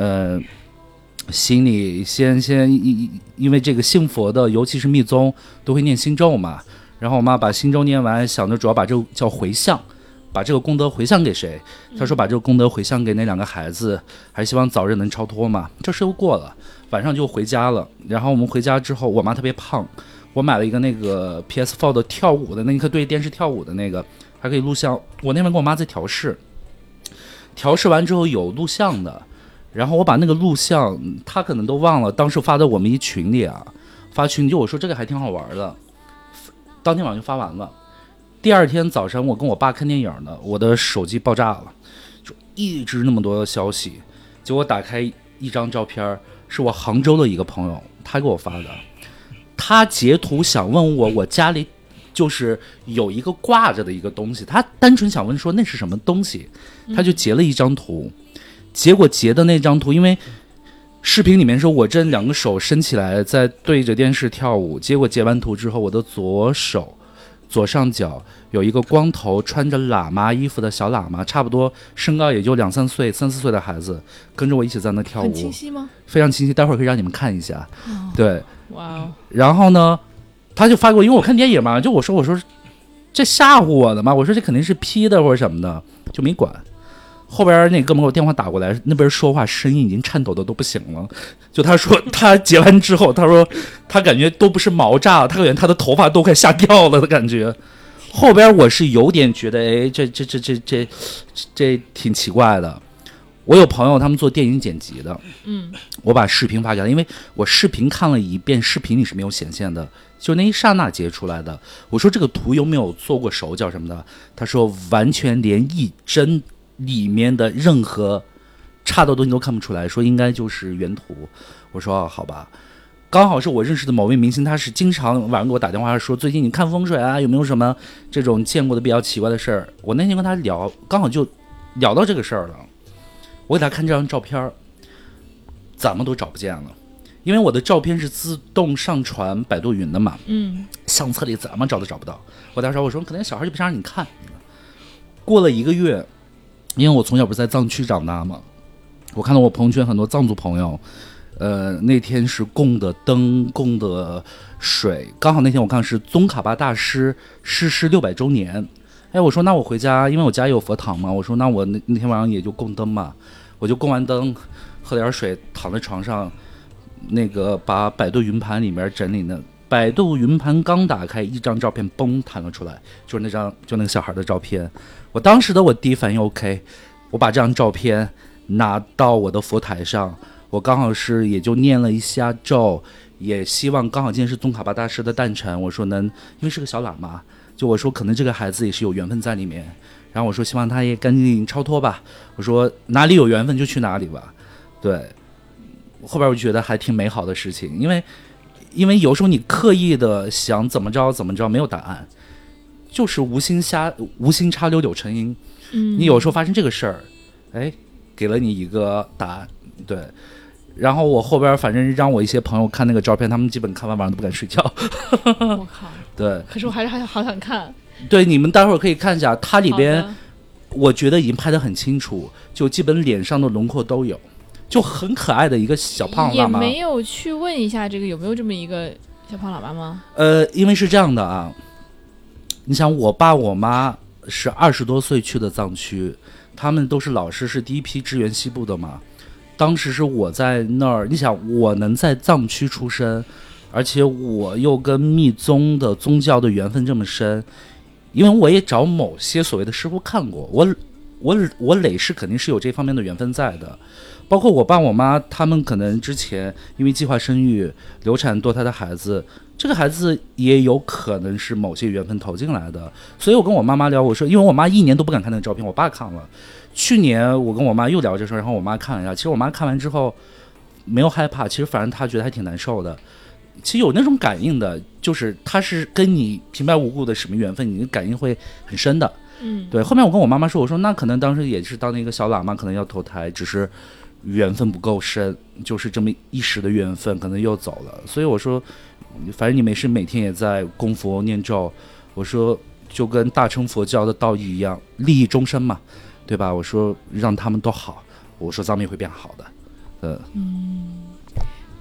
心里先因为这个信佛的尤其是密宗都会念心咒嘛，然后我妈把心咒念完，想着主要把这个叫回向， 把这个功德回向给谁？他说把这个功德回向给那2个孩子，还希望早日能超脱嘛。这事又过了，晚上就回家了。然后我们回家之后，我妈特别胖，我买了一个那个 PS4 的跳舞的那个对电视跳舞的那个，还可以录像。我那边跟我妈在调试完之后有录像的，然后我把那个录像，她可能都忘了，当时发在我们一群里啊，发群里就我说这个还挺好玩的，当天晚上就发完了。第二天早上我跟我爸看电影呢，我的手机爆炸了，就一直那么多消息，结果打开一张照片，是我杭州的一个朋友他给我发的，他截图想问我家里就是有一个挂着的一个东西，他单纯想问说那是什么东西，他就截了一张图，结果截的那张图，因为视频里面说我这2个手伸起来在对着电视跳舞，结果截完图之后，我的左上角有一个光头穿着喇嘛衣服的小喇嘛，差不多身高也就2-3岁、3-4岁的孩子，跟着我一起在那跳舞。 很清晰吗？ 非常清晰，待会儿可以让你们看一下。对， 哇哦。然后呢，他就发给我，因为我看电影嘛，就我说这吓唬我的嘛，我说这肯定是 P 的或者什么的，就没管。后边那哥们给我电话打过来，那边说话声音已经颤抖的都不行了。就他说他截完之后，他说他感觉都不是毛炸，他感觉他的头发都快吓掉了的感觉。后边我是有点觉得，哎，这挺奇怪的。我有朋友他们做电影剪辑的，我把视频发给他，因为我视频看了一遍，视频里是没有显现的，就那一刹那截出来的。我说这个图有没有做过手脚什么的？他说完全连一帧里面的任何差的东西都看不出来，说应该就是原图。我说好吧，刚好是我认识的某位明星，他是经常晚上给我打电话说最近你看风水啊，有没有什么这种见过的比较奇怪的事儿。我那天跟他聊，刚好就聊到这个事儿了。我给他看这张照片，怎么都找不见了，因为我的照片是自动上传百度云的嘛，相册里怎么找都找不到。我当时我说可能小孩就不想让你看。过了1个月，因为我从小不是在藏区长大嘛，我看到我朋友圈很多藏族朋友，那天是供的灯，供的水，刚好那天我看是宗喀巴大师逝世600周年。哎，我说那我回家，因为我家也有佛堂嘛，我说那我那天晚上也就供灯嘛，我就供完灯，喝点水，躺在床上，那个把百度云盘里面整理的，百度云盘刚打开，一张照片嘣弹了出来，就是那个小孩的照片。我当时的我第一反应 OK， 我把这张照片拿到我的佛台上，我刚好是也就念了一下咒，也希望刚好今天是宗喀巴大师的诞辰，我说能，因为是个小喇嘛，就我说可能这个孩子也是有缘分在里面，然后我说希望他也赶紧超脱吧，我说哪里有缘分就去哪里吧。对，后边我就觉得还挺美好的事情，因为有时候你刻意的想怎么着没有答案，就是无心插柳柳成荫。你有时候发生这个事儿，哎，给了你一个答案。对，然后我后边反正让我一些朋友看那个照片，他们基本看完晚上都不敢睡觉。 我靠！ 对， 可是我还是好想看。对， 你们待会儿可以看一下，它里边我觉得已经拍得很清楚，就基本脸上的轮廓都有，就很可爱的一个小胖喇嘛。 也没有去问一下这个有没有这么一个小胖喇嘛吗？ 因为是这样的啊，你想我爸我妈是20多岁去的藏区，他们都是老师，是第一批支援西部的嘛。当时是我在那儿，你想我能在藏区出生，而且我又跟密宗的宗教的缘分这么深，因为我也找某些所谓的师傅看过，我累世肯定是有这方面的缘分在的。包括我爸我妈他们可能之前因为计划生育流产堕胎的孩子，这个孩子也有可能是某些缘分投进来的。所以我跟我妈妈聊，我说因为我妈1年都不敢看那个照片，我爸看了，去年我跟我妈又聊这事，然后我妈看了一下，其实我妈看完之后没有害怕，其实反正她觉得还挺难受的。其实有那种感应的，就是她是跟你平白无故的什么缘分，你的感应会很深的。对。后面我跟我妈妈说，我说那可能当时也是当那个小喇嘛可能要投胎，只是缘分不够深，就是这么一时的缘分，可能又走了。所以我说反正你没事每天也在供佛念咒，我说就跟大乘佛教的道义一样，利益众生嘛，对吧？我说让他们都好，我说藏密会变好的。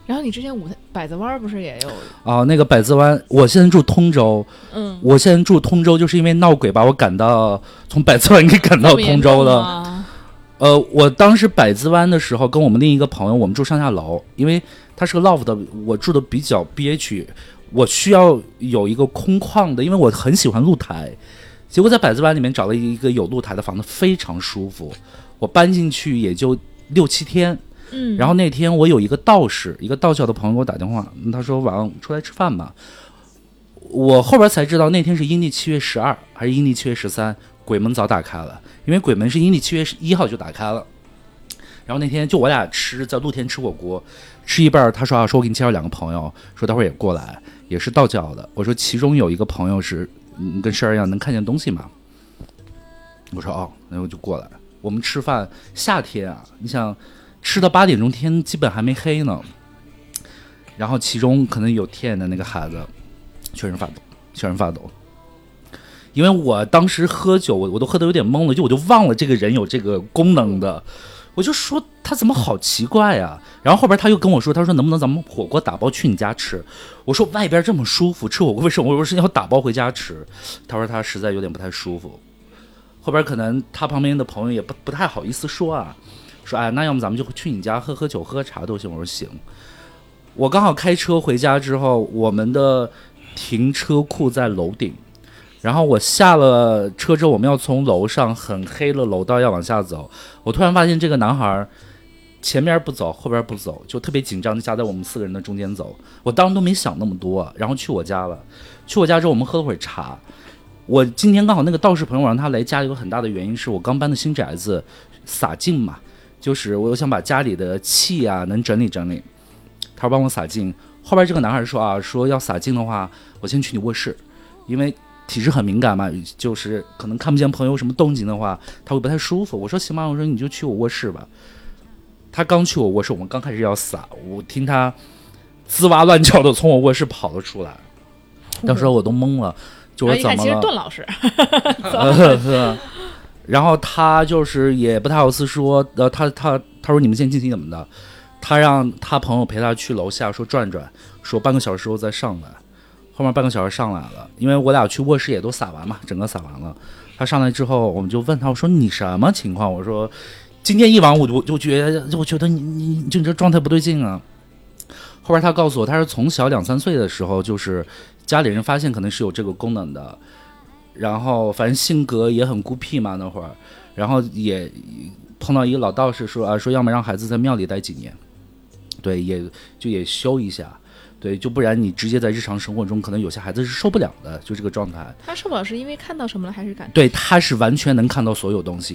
然后你之前百子湾不是也有？ 哦，那个百子湾，我现在住通州。我现在住通州，就是因为闹鬼把我从百子湾给赶到通州了。我当时百子湾的时候，跟我们另一个朋友，我们住上下楼，因为他是个 loft 我住的比较 BH， 我需要有一个空旷的，因为我很喜欢露台。结果在百子湾里面找了一个有露台的房子，非常舒服。我搬进去也就6-7天。然后那天我有一个道教的朋友给我打电话，他说晚上出来吃饭吧。我后边才知道那天是阴历7月12还是阴历7月13，鬼门早打开了，因为鬼门是阴历7月1号就打开了。然后那天就我俩在露天吃火锅，吃一半他说说我给你介绍2个朋友，说待会儿也过来，也是道教的。我说其中有一个朋友是跟事儿一样能看见东西吗？我说那我就过来。我们吃饭，夏天啊，你想吃到8点钟，天基本还没黑呢。然后其中可能有天眼的那个孩子全身发抖，因为我当时喝酒，我都喝得有点懵了，我就忘了这个人有这个功能的。我就说他怎么好奇怪啊。然后后边他又跟我说，他说能不能咱们火锅打包去你家吃？我说外边这么舒服，吃火锅为什么我是要打包回家吃？他说他实在有点不太舒服。后边可能他旁边的朋友也不太好意思说啊，说那要么咱们就去你家喝酒喝茶都行。我说行。我刚好开车回家之后，我们的停车库在楼顶，然后我下了车之后，我们要从楼上很黑的楼道要往下走，我突然发现这个男孩前面不走后边不走，就特别紧张，就夹在我们4个人的中间走。我当时都没想那么多，然后去我家了。去我家之后我们喝了会儿茶。我今天刚好那个道士朋友让他来家，有个很大的原因是我刚搬的新宅子洒净嘛，就是我想把家里的气啊能整理整理，他说帮我洒净。后边这个男孩说要洒净的话，我先去你卧室，因为体质很敏感嘛，就是可能看不见朋友什么动静的话他会不太舒服。我说行吧，我说你就去我卧室吧。他刚去我卧室，我们刚开始要洒，我听他吱哇乱叫的从我卧室跑了出来，当时我都懵了，就说怎么了？ 其实段老师然后他就是也不太好意思说，他说你们先进行怎么的，他让他朋友陪他去楼下说转转，说半个小时后再上来。后面半个小时上来了，因为我俩去卧室也都洒完嘛，整个洒完了。他上来之后，我们就问他，我说你什么情况？我说今天一晚我就觉得你这状态不对劲啊。后边他告诉我，他是从小2-3岁的时候，就是家里人发现可能是有这个功能的，然后反正性格也很孤僻嘛那会儿，然后也碰到一个老道士说要么让孩子在庙里待几年，对，也修一下。对，就不然你直接在日常生活中，可能有些孩子是受不了的，就这个状态。 他受不了是因为看到什么了，还是感觉？ 对，他是完全能看到所有东西，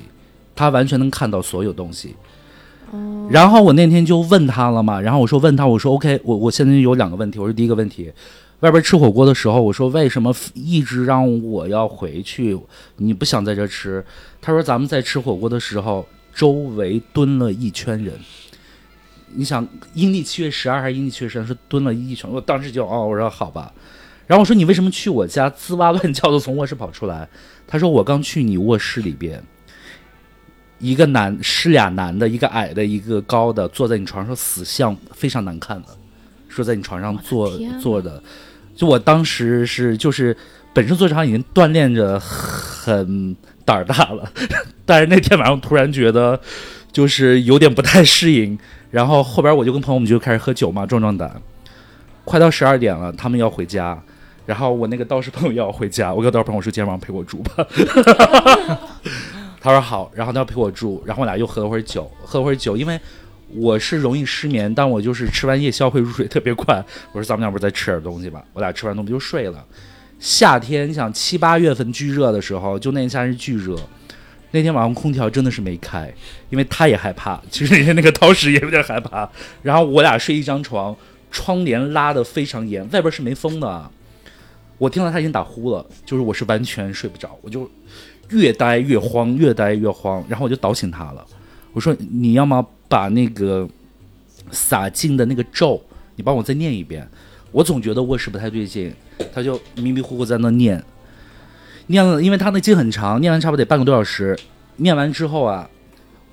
然后我那天就问他了嘛，然后我说 OK， 我现在有2个问题。我说第一个问题，外边吃火锅的时候，我说为什么一直让我要回去？你不想在这吃？他说咱们在吃火锅的时候，周围蹲了1圈人。你想阴历7月12还是阴历7月13是蹲了1圈，我当时就我说好吧。然后我说你为什么去我家吱哇乱叫的从卧室跑出来？他说我刚去你卧室里边，一个是俩男的，一个矮的一个高的坐在你床上，死相非常难看的，说在你床上坐的。就我当时就是本身做这行已经锻炼着很胆儿大了，但是那天晚上突然觉得就是有点不太适应。然后后边我就跟朋友们就开始喝酒嘛，壮胆。快到12点了，他们要回家，然后我那个道士朋友要回家，我跟道士朋友说今天晚上陪我住吧。他说好，然后他要陪我住，然后我俩又喝了会儿酒，因为我是容易失眠，但我就是吃完夜宵会入睡特别快。我说咱们要不再吃点东西吧，我俩吃完东西就睡了。夏天你想7-8月份巨热的时候，就那天夏天巨热，那天晚上空调真的是没开，因为他也害怕，其实那天那个道士也有点害怕。然后我俩睡一张床，窗帘拉得非常严，外边是没风的。我听到他已经打呼了，就是我是完全睡不着，我就越待越慌，然后我就倒醒他了。我说你要么把那个洒净的那个咒你帮我再念一遍。我总觉得卧室不太对劲，他就迷迷糊糊在那念了，因为他那经很长，念完差不多得半个多小时。念完之后啊，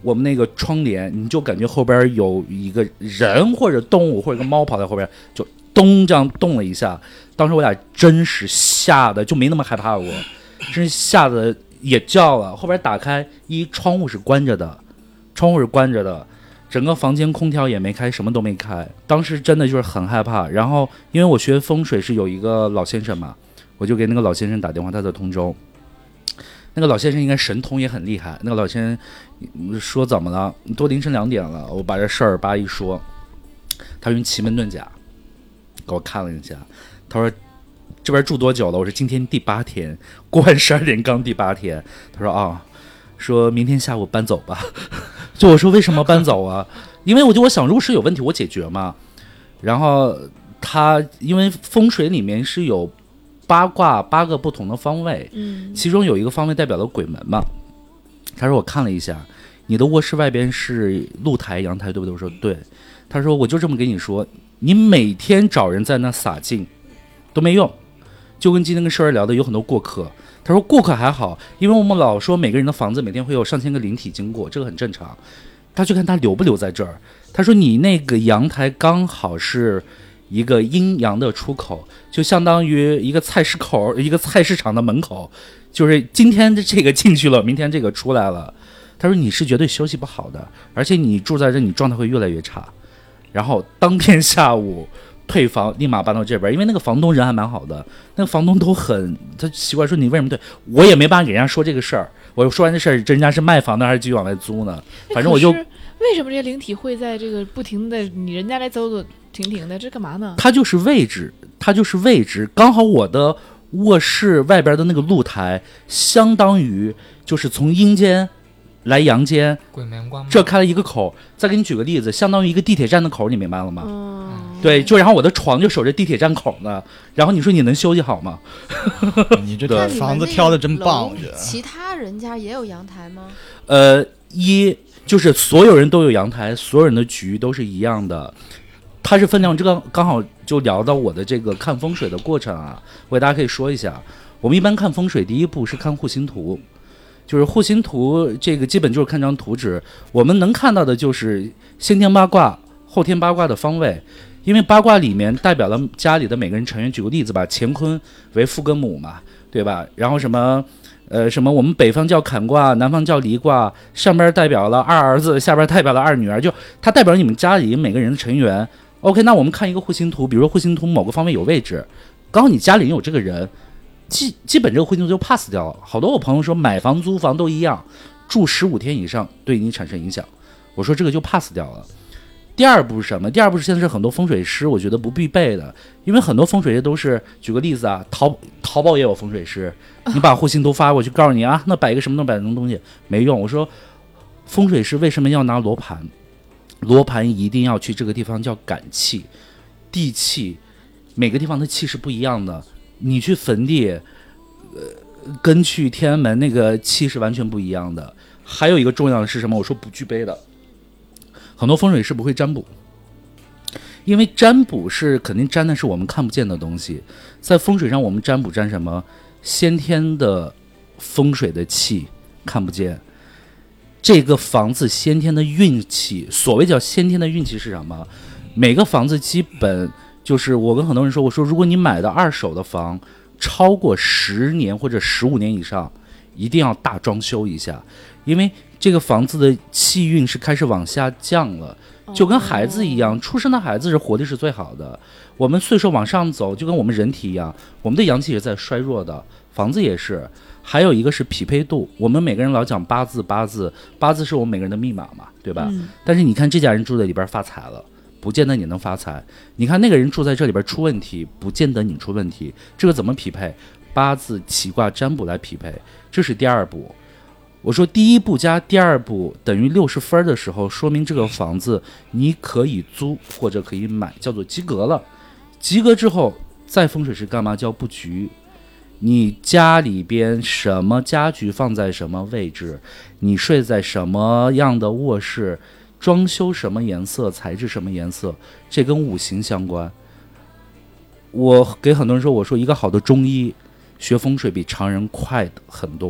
我们那个窗帘，你就感觉后边有一个人或者动物或者一个猫跑在后边，就咚这样动了一下。当时我俩真是吓得就没那么害怕过，真是吓得也叫了。后边打开，窗户是关着的，整个房间空调也没开，什么都没开。当时真的就是很害怕。然后因为我学风水是有一个老先生嘛，我就给那个老先生打电话，他在通州。那个老先生应该神通也很厉害。那个老先生说怎么了？都凌晨2点了，我把这事儿一说，他用奇门遁甲给我看了一下，他说这边住多久了？我说今天第8天，过完12点刚第8天。他说说明天下午搬走吧。就我说为什么搬走啊？因为我想入室有问题我解决嘛。然后他因为风水里面是有8卦8个不同的方位，其中有一个方位代表了鬼门嘛。他说我看了一下，你的卧室外边是露台阳台对不对？我说对。他说我就这么跟你说，你每天找人在那洒净都没用，就跟今天跟社儿聊的有很多过客。他说过客还好，因为我们老说每个人的房子每天会有上千个灵体经过，这个很正常。他去看他留不留在这儿。他说你那个阳台刚好是一个阴阳的出口，就相当于一个菜市口，一个菜市场的门口，就是今天这个进去了，明天这个出来了。他说你是绝对休息不好的，而且你住在这你状态会越来越差。然后当天下午退房，立马搬到这边，因为那个房东人还蛮好的，那个房东他奇怪说你为什么退？我也没办法给人家说这个事儿，我说完这事儿，人家是卖房的还是继续往外租呢？反正我就为什么这些灵体会在这个不停的你人家来走走停停的，这干嘛呢？ 它就是位置，刚好我的卧室外边的那个露台，相当于就是从阴间来阳间， 鬼门关这开了一个口。再给你举个例子，相当于一个地铁站的口，你明白了吗？对，就然后我的床就守着地铁站口呢，然后你说你能休息好吗？ 你这个房子挑的真棒，我觉得。 其他人家也有阳台吗？ 就是所有人都有阳台，所有人的局都是一样的。它是分量，这个刚好就聊到我的这个看风水的过程啊，我给大家可以说一下。我们一般看风水，第一步是看户型图，就是户型图这个基本就是看张图纸，我们能看到的就是先天八卦、后天八卦的方位，因为八卦里面代表了家里的每个人成员。举个例子吧，乾坤为父跟母嘛，对吧？然后什么我们北方叫坎卦，南方叫离卦，上边代表了2儿子，下边代表了2女儿，就它代表你们家里每个人的成员。OK， 那我们看一个户型图，比如说户型图某个方位有位置，刚好你家里有这个人，基本这个户型图就 pass 掉了。好多我朋友说买房租房都一样，住15天以上对你产生影响，我说这个就 pass 掉了。第二步是什么？第二步是现在是很多风水师我觉得不必备的，因为很多风水师都是，举个例子啊，淘宝也有风水师，你把户型图发过去，告诉你啊，那摆一个什么东摆什么东西没用。我说风水师为什么要拿罗盘？罗盘一定要去这个地方叫感气、地气，每个地方的气是不一样的。你去坟地，跟去天安门那个气是完全不一样的。还有一个重要的是什么？我说不具备的。很多风水师不会占卜，因为占卜是肯定占的是我们看不见的东西。在风水上我们占卜占什么？先天的风水的气看不见，这个房子先天的运气，所谓叫先天的运气是什么？每个房子基本就是我跟很多人说，我说如果你买的2手的房超过10年或者15年以上，一定要大装修一下，因为这个房子的气运是开始往下降了，就跟孩子一样，出生的孩子是活力是最好的。我们岁数往上走，就跟我们人体一样，我们的阳气也在衰弱的，房子也是。还有一个是匹配度，我们每个人老讲八字是我们每个人的密码嘛，对吧？但是你看这家人住在里边发财了，不见得你能发财。你看那个人住在这里边出问题，不见得你出问题。这个怎么匹配？八字、起卦、占卜来匹配，这是第二步。我说第一步加第二步等于60分的时候，说明这个房子你可以租或者可以买，叫做及格了。及格之后再风水是干嘛？叫布局。你家里边什么家具放在什么位置，你睡在什么样的卧室，装修什么颜色，材质什么颜色，这跟五行相关。我给很多人说，我说一个好的中医学风水比常人快很多，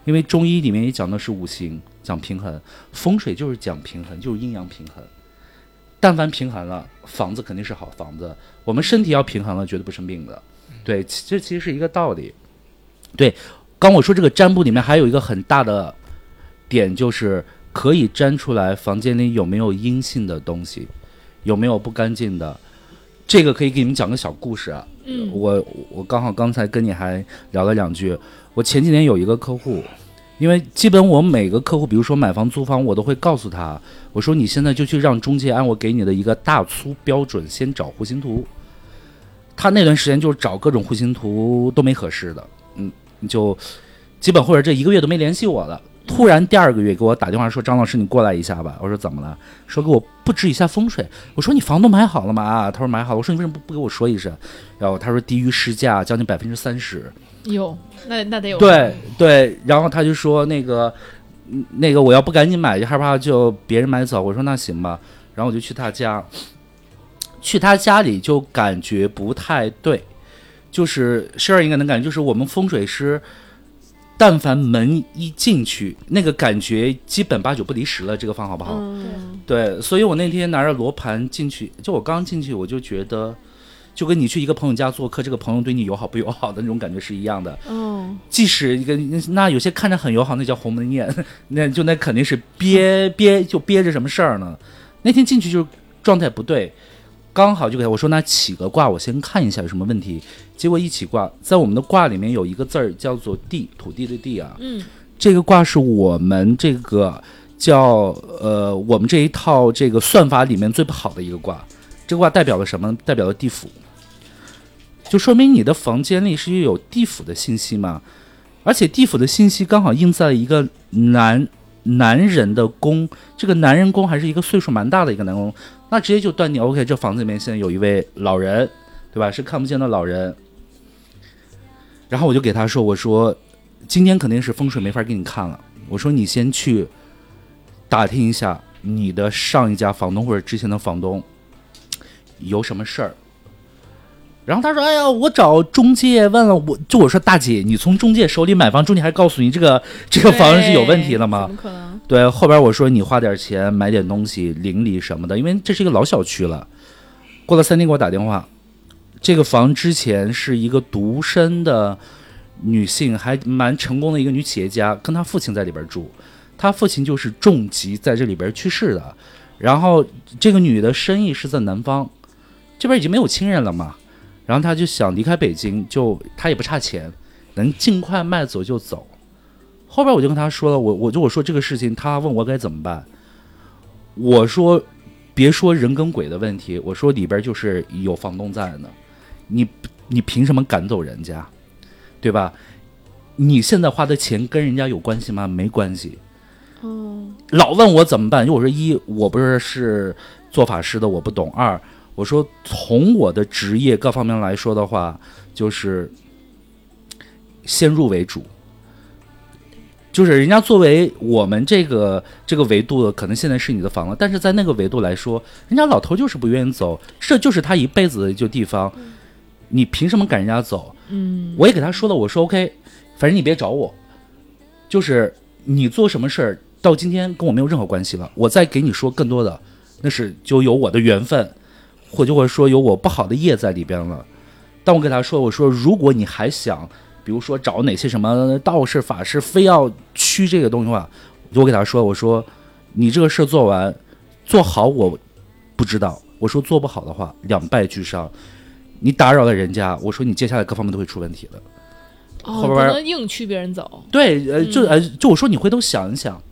因为中医里面也讲的是五行，讲平衡，风水就是讲平衡，就是阴阳平衡。但凡平衡了，房子肯定是好房子。我们身体要平衡了，绝对不生病的。对，这其实是一个道理。对，刚我说这个占卜里面还有一个很大的点，就是可以占出来房间里有没有阴性的东西，有没有不干净的。这个可以给你们讲个小故事啊。我刚好刚才跟你还聊了2句。我前几年有一个客户，因为基本我每个客户，比如说买房租房，我都会告诉他，我说你现在就去让中介按我给你的一个大粗标准先找户型图。他那段时间就是找各种户型图都没合适的，就基本或者这1个月都没联系我了。突然第2个月给我打电话说，张老师你过来一下吧。我说怎么了？说给我布置一下风水。我说你房都买好了吗？他说买好了。我说你为什么不给我说一声？然后他说低于市价将近30%。 有，那得有。 对，然后他就说那个我要不赶紧买，就害怕就别人买走。我说那行吧。然后我就去他家，去他家里就感觉不太对，就是12应该能感觉，就是我们风水师。但凡门一进去，那个感觉基本8、9不离10了，这个房好不好？对，所以我那天拿着罗盘进去，就我刚进去我就觉得，就跟你去一个朋友家做客，这个朋友对你友好不友好的那种感觉是一样的。即使一个那有些看着很友好，那叫鸿门宴，那肯定是憋着什么事儿呢？那天进去就是状态不对。刚好就给他我说那起个卦我先看一下有什么问题，结果一起卦在我们的卦里面有一个字儿叫做地，土地的地啊。这个卦是我们这个叫我们这一套这个算法里面最不好的一个卦。这个卦代表了什么？代表了地府，就说明你的房间里是有地府的信息嘛。而且地府的信息刚好印在了一个男人的宫，这个男人宫还是一个岁数蛮大的一个男人宫。那直接就断定 OK， 这房子里面现在有一位老人，对吧？是看不见的老人。然后我就给他说，我说今天肯定是风水没法给你看了，我说你先去打听一下你的上一家房东或者之前的房东有什么事儿。然后他说哎呀，我找中介问了，我说大姐，你从中介手里买房，中介还告诉你这个房是有问题的吗？ 怎么可能？ 对，后边我说你花点钱买点东西邻里什么的，因为这是一个老小区了。过了3天给我打电话，这个房之前是一个独身的女性，还蛮成功的一个女企业家，跟她父亲在里边住，她父亲就是重疾在这里边去世的。然后这个女的生意是在南方，这边已经没有亲人了嘛，然后她就想离开北京，就她也不差钱，能尽快卖走就走。后边我就跟他说了，我说这个事情，他问我该怎么办。我说别说人跟鬼的问题，我说里边就是有房东在呢，你凭什么赶走人家，对吧？你现在花的钱跟人家有关系吗？没关系。老问我怎么办，因为我说1，我不是做法师的，我不懂；2，我说从我的职业各方面来说的话，就是先入为主。就是人家作为我们这个维度的，可能现在是你的房了，但是在那个维度来说，人家老头就是不愿意走，这就是他一辈子的就地方，你凭什么赶人家走？我也给他说了，我说 OK， 反正你别找我，就是你做什么事儿到今天跟我没有任何关系了，我再给你说更多的，那是就有我的缘分，或者说有我不好的业在里边了。但我给他说，我说如果你还想比如说找哪些什么道士法师非要驱这个东西的话，我给他说，我说你这个事做完做好我不知道，我说做不好的话2败俱伤，你打扰了人家，我说你接下来各方面都会出问题的。后边不能硬驱别人走。 对，就我说你回头想一想，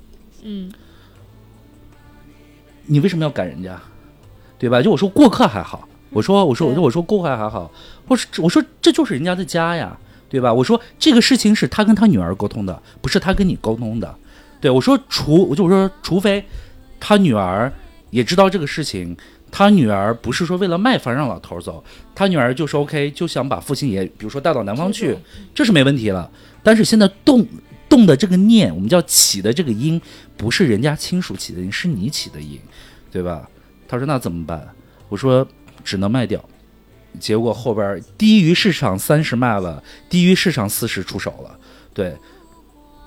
你为什么要赶人家，对吧？就我说过客还好，我说过客还好，我说这就是人家的家呀。对吧？我说这个事情是他跟他女儿沟通的，不是他跟你沟通的。对，我说除非他女儿也知道这个事情，他女儿不是说为了卖房让老头走，他女儿就说 OK， 就想把父亲也比如说带到南方去，这是没问题了。但是现在动的这个念，我们叫起的这个因，不是人家亲属起的因，是你起的因，对吧？他说那怎么办？我说只能卖掉。结果后边低于市场30卖了，低于市场40出手了。对，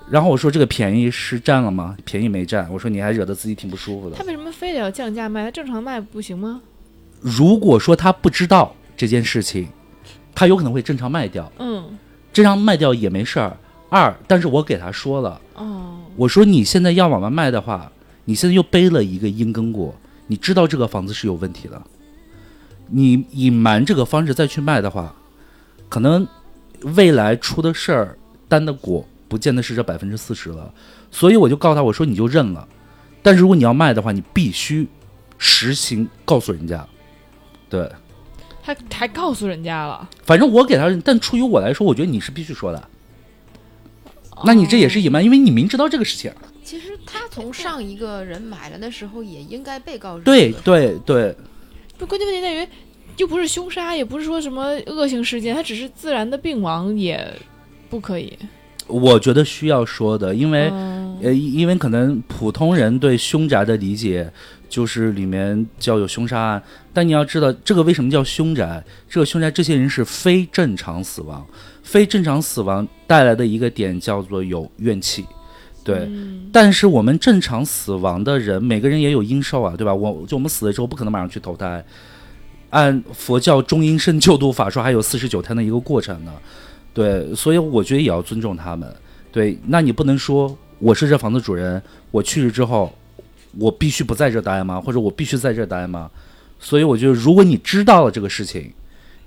然后我说这个便宜是占了吗？便宜没占。我说你还惹得自己挺不舒服的。 他为什么非得要降价卖？他正常卖不行吗？ 如果说他不知道这件事情，他有可能会正常卖掉。正常卖掉也没事儿。但是我给他说了，我说你现在要往外卖的话，你现在又背了一个因跟果，你知道这个房子是有问题的，你隐瞒这个方式再去卖的话，可能未来出的事儿担的果不见得是这40%了。所以我就告诉他，我说你就认了，但是如果你要卖的话，你必须实行告诉人家。对， 他还告诉人家了。 反正我给他，但出于我来说，我觉得你是必须说的。那你这也是隐瞒，因为你明知道这个事情。 其实他从上一个人买了的时候也应该被告知。 对对对。 不，关键问题在于，又不是凶杀，也不是说什么恶性事件，他只是自然的病亡，也不可以。 我觉得需要说的，因为因为可能普通人对凶宅的理解就是里面叫有凶杀案，但你要知道这个为什么叫凶宅？这个凶宅这些人是非正常死亡，非正常死亡带来的一个点叫做有怨气。对，但是我们正常死亡的人，每个人也有阴寿啊，对吧？我们死了之后不可能马上去投胎，按佛教中阴身救度法说还有49天的一个过程呢。对，所以我觉得也要尊重他们。对，那你不能说我是这房子主人，我去世之后我必须不在这待吗？或者我必须在这待吗？所以我觉得如果你知道了这个事情，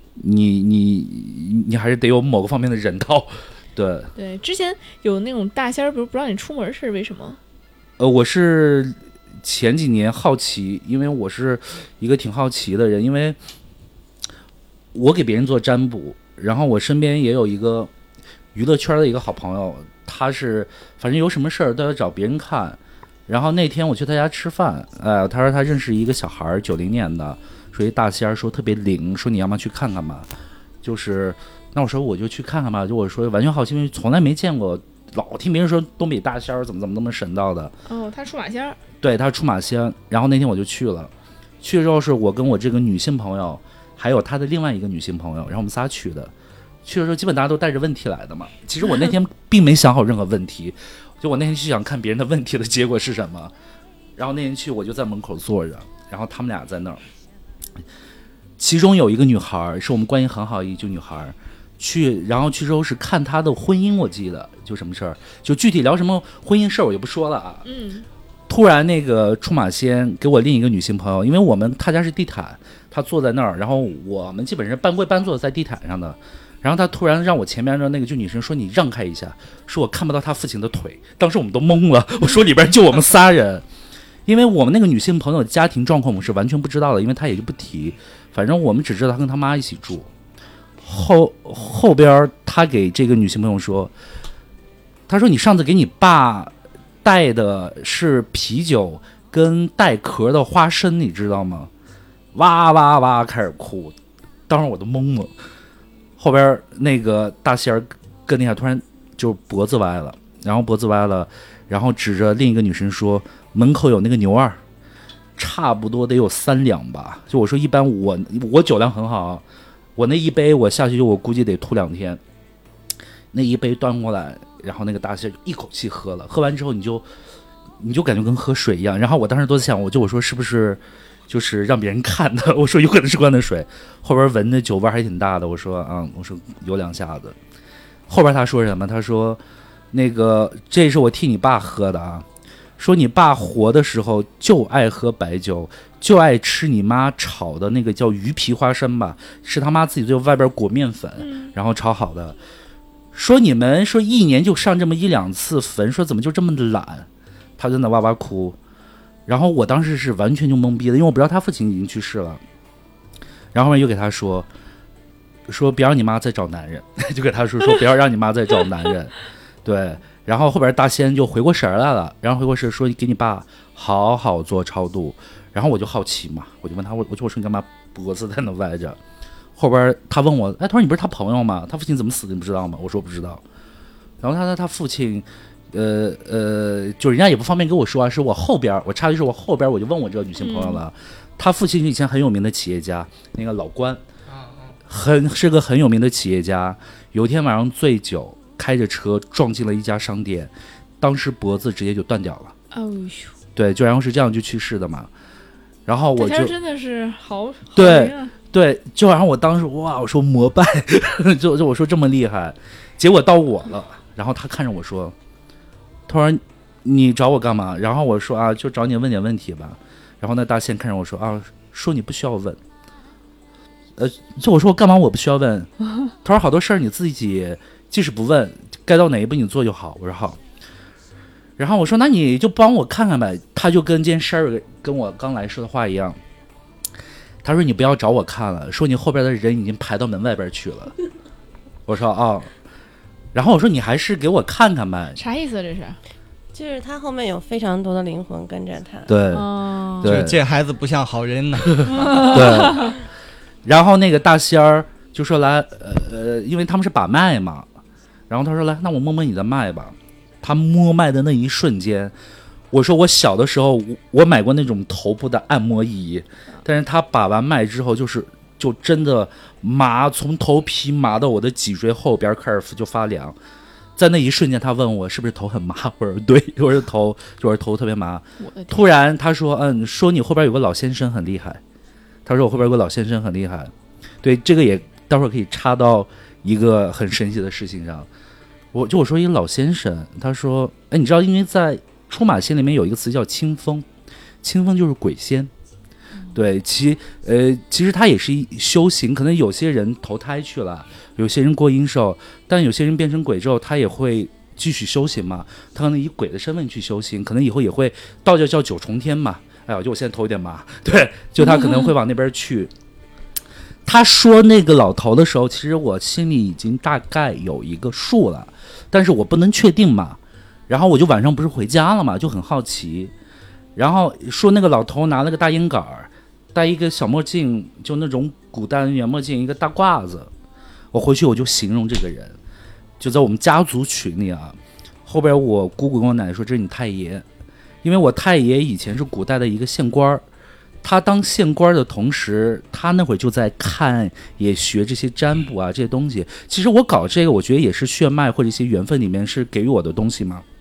你还是得有某个方面的人道。对对，之前有那种大仙儿，比如不让你出门是为什么？ 我是前几年好奇，因为我是一个挺好奇的人，因为我给别人做占卜，然后我身边也有一个娱乐圈的一个好朋友，他是反正有什么事儿都要找别人看。然后那天我去他家吃饭，他说他认识一个小孩，90年的，说一大仙儿，说特别灵，说你要不要去看看吧？就是，那我说我就去看看吧。就我说完全好奇，因为从来没见过，老听别人说东北大仙儿怎么那么神道的。 他出马仙儿。对， 他出马仙。然后那天我就去了，去了之后是我跟我这个女性朋友，还有他的另外一个女性朋友，然后我们仨去的。去的时候基本大家都带着问题来的嘛。其实我那天并没想好任何问题。就我那天去想看别人的问题的结果是什么，然后那天去我就在门口坐着，然后他们俩在那儿，其中有一个女孩是我们关系很好一个女孩，然后去之后是看她的婚姻，我记得就什么事儿，就具体聊什么婚姻事儿我就不说了啊。突然那个出马仙给我另一个女性朋友，因为她家是地毯，她坐在那儿，然后我们基本上半跪半坐在地毯上的。然后他突然让我前面的那个女生说你让开一下，说我看不到他父亲的腿。当时我们都懵了，我说里边就我们仨人，因为我们那个女性朋友家庭状况我们是完全不知道的，因为她也就不提，反正我们只知道她跟她妈一起住。后边他给这个女性朋友说，他说你上次给你爸带的是啤酒跟带壳的花生，你知道吗？哇哇哇开始哭，当时我都懵了。后边那个大仙儿跟那下突然就脖子歪了，然后指着另一个女生说门口有那个牛二，差不多得有3两吧。就我说一般我酒量很好，我那一杯我下去就我估计得吐2天。那一杯端过来，然后那个大仙一口气喝了，喝完之后你就感觉跟喝水一样。然后我当时都在想，我说是不是就是让别人看的，我说有可能是灌的水，后边闻的酒味还挺大的，我说有2下子。后边他说什么？他说那个这是我替你爸喝的啊，说你爸活的时候就爱喝白酒，就爱吃你妈炒的那个叫鱼皮花生吧，是他妈自己最后外边裹面粉然后炒好的。说你们说1年就上这么1、2次坟，说怎么就这么懒？他真的哇哇哭。然后我当时是完全就懵逼了，因为我不知道他父亲已经去世了。然后又给他说别让你妈再找男人，就给他说不要让你妈再找男人。对，然后后边大仙就回过神来了，然后回过神说给你爸好好做超度。然后我就好奇嘛，我就问他，我说你干嘛脖子在那歪着？后边他问我，他说你不是他朋友吗？他父亲怎么死的你不知道吗？我说不知道。然后他父亲就人家也不方便跟我说啊，是我后边，我插句是我后边我就问我这个女性朋友了，他父亲以前很有名的企业家，那个老关，是个很有名的企业家。有一天晚上醉酒， 开着车撞进了一家商店，当时脖子直接就断掉了。 哦呦， 对，就然后是这样就去世的嘛。然后我就真的是好对，就然后我当时哇，我说膜拜，就我说这么厉害，结果到我了，然后他看着我说，他说你找我干嘛？然后我说啊，就找你问点问题吧。然后那大仙看着我说啊，说你不需要问。就我说我干嘛我不需要问？他说好多事儿你自己即使不问，该到哪一步你做就好。我说好。然后我说那你就帮我看看呗。他就跟今天 Sherry 跟我刚来说的话一样，他说你不要找我看了，说你后边的人已经排到门外边去了。我说哦，然后我说你还是给我看看呗。 啥意思这是？ 就是他后面有非常多的灵魂跟着他。 对，对， 这孩子不像好人呢。 对。然后那个大仙儿就说来，因为他们是把脉嘛，然后他说来，那我摸摸你的脉吧。他摸脉的那一瞬间，我说我小的时候我买过那种头部的按摩仪，但是他把完脉之后就真的麻，从头皮麻到我的脊椎后边开始就发凉。在那一瞬间他问我是不是头很麻，我说对，我说头特别麻。突然他说说你后边有个老先生很厉害。他说我后边有个老先生很厉害。对，这个也待会儿可以插到一个很神奇的事情上。我说一个老先生，他说你知道因为在出马仙里面有一个词叫清风，清风就是鬼仙。对，其实他也是修行，可能有些人投胎去了，有些人过阴寿，但有些人变成鬼之后他也会继续修行嘛，他可能以鬼的身份去修行，可能以后也会，道教叫九重天嘛。哎呀，就我现在头有点麻。对，就他可能会往那边去。他说那个老头的时候，其实我心里已经大概有一个数了，但是我不能确定嘛。然后我就晚上不是回家了嘛，就很好奇。然后说那个老头拿了个大烟杆，戴一个小墨镜，就那种古代圆墨镜，一个大褂子。我回去我就形容这个人，就在我们家族群里啊。后边我姑姑跟我奶奶说这是你太爷，因为我太爷以前是古代的一个县官，他当县官的同时，他那会儿就在看也学这些占卜啊这些东西。其实我搞这个我觉得也是血脉或者一些缘分里面是给予我的东西嘛。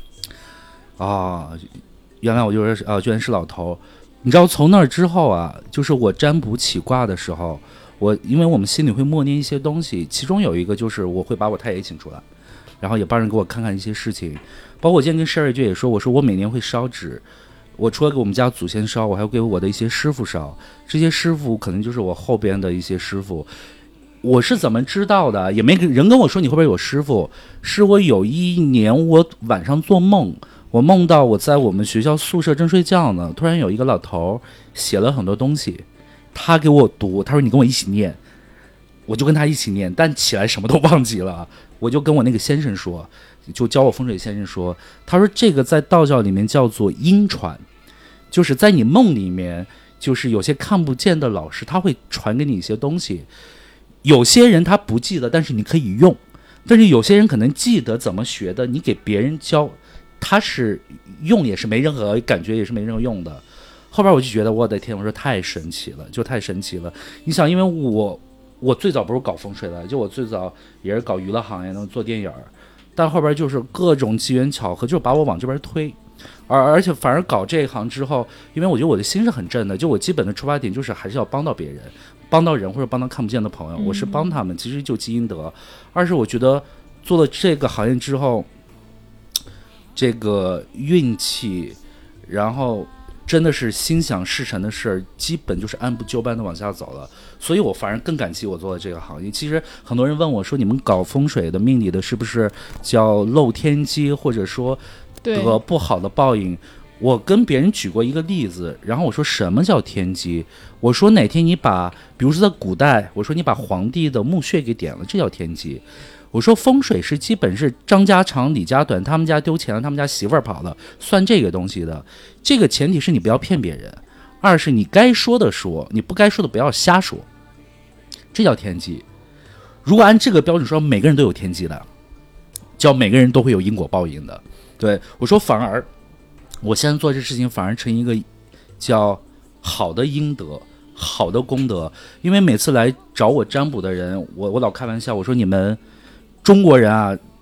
原来我就是居然是老头。你知道从那儿之后啊，就是我占卜起卦的时候，因为我们心里会默念一些东西，其中有一个就是我会把我太爷请出来，然后也帮人给我看看一些事情。包括我今天跟 Sherry 就也说，我说我每年会烧纸，我除了给我们家祖先烧，我还会给我的一些师傅烧，这些师傅可能就是我后边的一些师傅。我是怎么知道的？也没人跟我说你会不会有师傅，是我有一年我晚上做梦，我梦到我在我们学校宿舍正睡觉呢，突然有一个老头写了很多东西，他给我读，他说你跟我一起念，我就跟他一起念，但起来什么都忘记了。我就跟我那个先生说，就教我风水先生说，他说这个在道教里面叫做阴传，就是在你梦里面，就是有些看不见的老师他会传给你一些东西，有些人他不记得，但是你可以用，但是有些人可能记得怎么学的，你给别人教，他是用也是没任何感觉，也是没任何用的。后边我就觉得我的天，我说太神奇了，就太神奇了。你想，因为我最早不是搞风水的，就我最早也是搞娱乐行业的，做电影，但后边就是各种机缘巧合，就把我往这边推。而且反而搞这一行之后，因为我觉得我的心是很正的，就我基本的出发点就是还是要帮到别人，帮到人或者帮到看不见的朋友，我是帮他们，其实就积阴德。二是我觉得做了这个行业之后，这个运气，然后真的是心想事成的事儿，基本就是按部就班的往下走了。所以我反而更感激我做的这个行业。其实很多人问我说，你们搞风水的命理的是不是叫漏天机，或者说得不好的报应？我跟别人举过一个例子，然后我说什么叫天机？我说哪天你把，比如说在古代，我说你把皇帝的墓穴给点了，这叫天机。我说风水是基本是张家长李家短，他们家丢钱了，他们家媳妇儿跑了，算这个东西的。这个前提是你不要骗别人，二是你该说的说，你不该说的不要瞎说，这叫天机。如果按这个标准说，每个人都有天机的，叫每个人都会有因果报应的。对，我说反而我现在做这事情反而成一个叫好的阴德，好的功德。因为每次来找我占卜的人，我老开玩笑，我说你们中国人啊，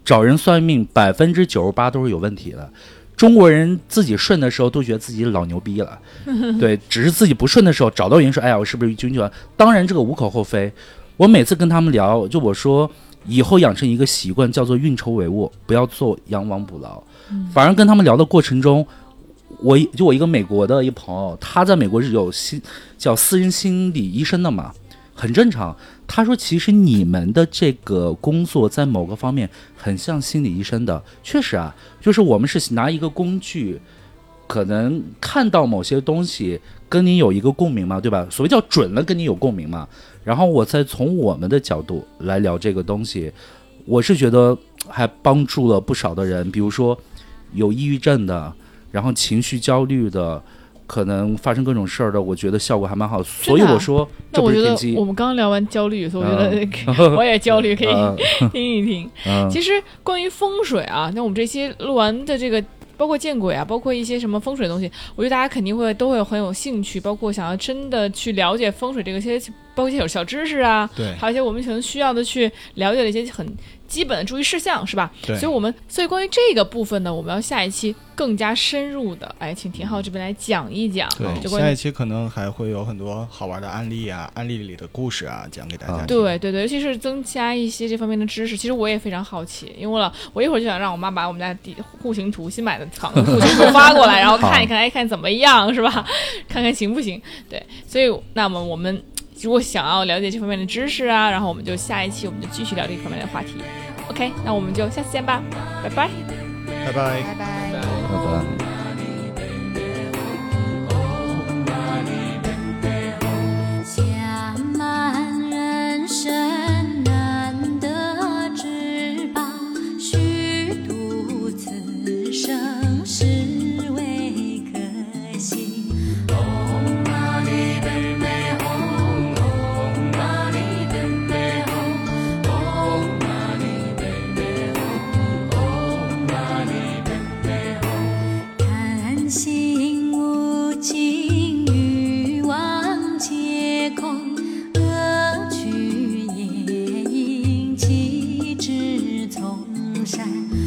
找人算命98%都是有问题的。中国人自己顺的时候都觉得自己老牛逼了，对，只是自己不顺的时候找到人说，哎呀，我是不是君君？当然这个无可厚非。我每次跟他们聊，就我说以后养成一个习惯，叫做运筹帷幄，不要做养网捕捞。反而跟他们聊的过程中，我一个美国的一个朋友，他在美国是有叫私人心理医生的嘛，很正常。他说其实你们的这个工作在某个方面很像心理医生的，确实啊，就是我们是拿一个工具，可能看到某些东西跟你有一个共鸣嘛，对吧？所谓叫准了跟你有共鸣嘛，然后我再从我们的角度来聊这个东西，我是觉得还帮助了不少的人，比如说有抑郁症的，然后情绪焦虑的，可能发生各种事儿的，我觉得效果还蛮好，所以我说这不是天机。 我们刚刚聊完焦虑，所以我觉得我也焦虑，可以听一听。其实关于风水啊，那我们这期录完的这个，包括见鬼啊，包括一些什么风水的东西，我觉得大家肯定都会很有兴趣，包括想要真的去了解风水这个些，包括一些有小知识啊， 对， 还有一些我们可能需要的去了解的一些很基本的注意事项，是吧？ 对。 所以关于这个部分呢，我们要下一期更加深入的，请田浩这边来讲一讲。 对，下一期可能还会有很多好玩的案例啊，案例里的故事啊，讲给大家听。 对对对，尤其是增加一些这方面的知识。其实我也非常好奇，因为我一会儿就想让我妈把我们家户型图新买的房子户型图发过来，然后看一看，看怎么样，是吧？看看行不行？对，所以那么我们如果想要了解这方面的知识啊，然后我们就下一期我们就继续聊这方面的话题。OK， 那我们就下次见吧，拜拜， 拜拜， 拜拜， 拜拜。 下满人生难得之宝，虚度此生是为可惜。心无情，欲望皆空，何去夜莺栖止丛山。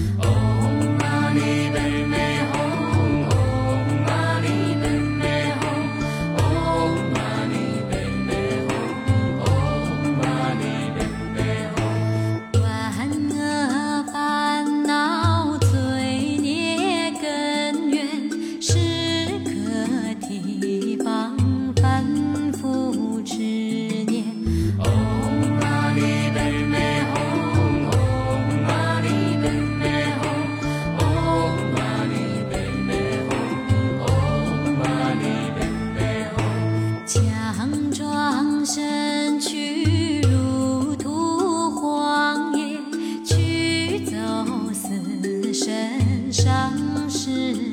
强壮身躯如土荒野，驱走死神伤世。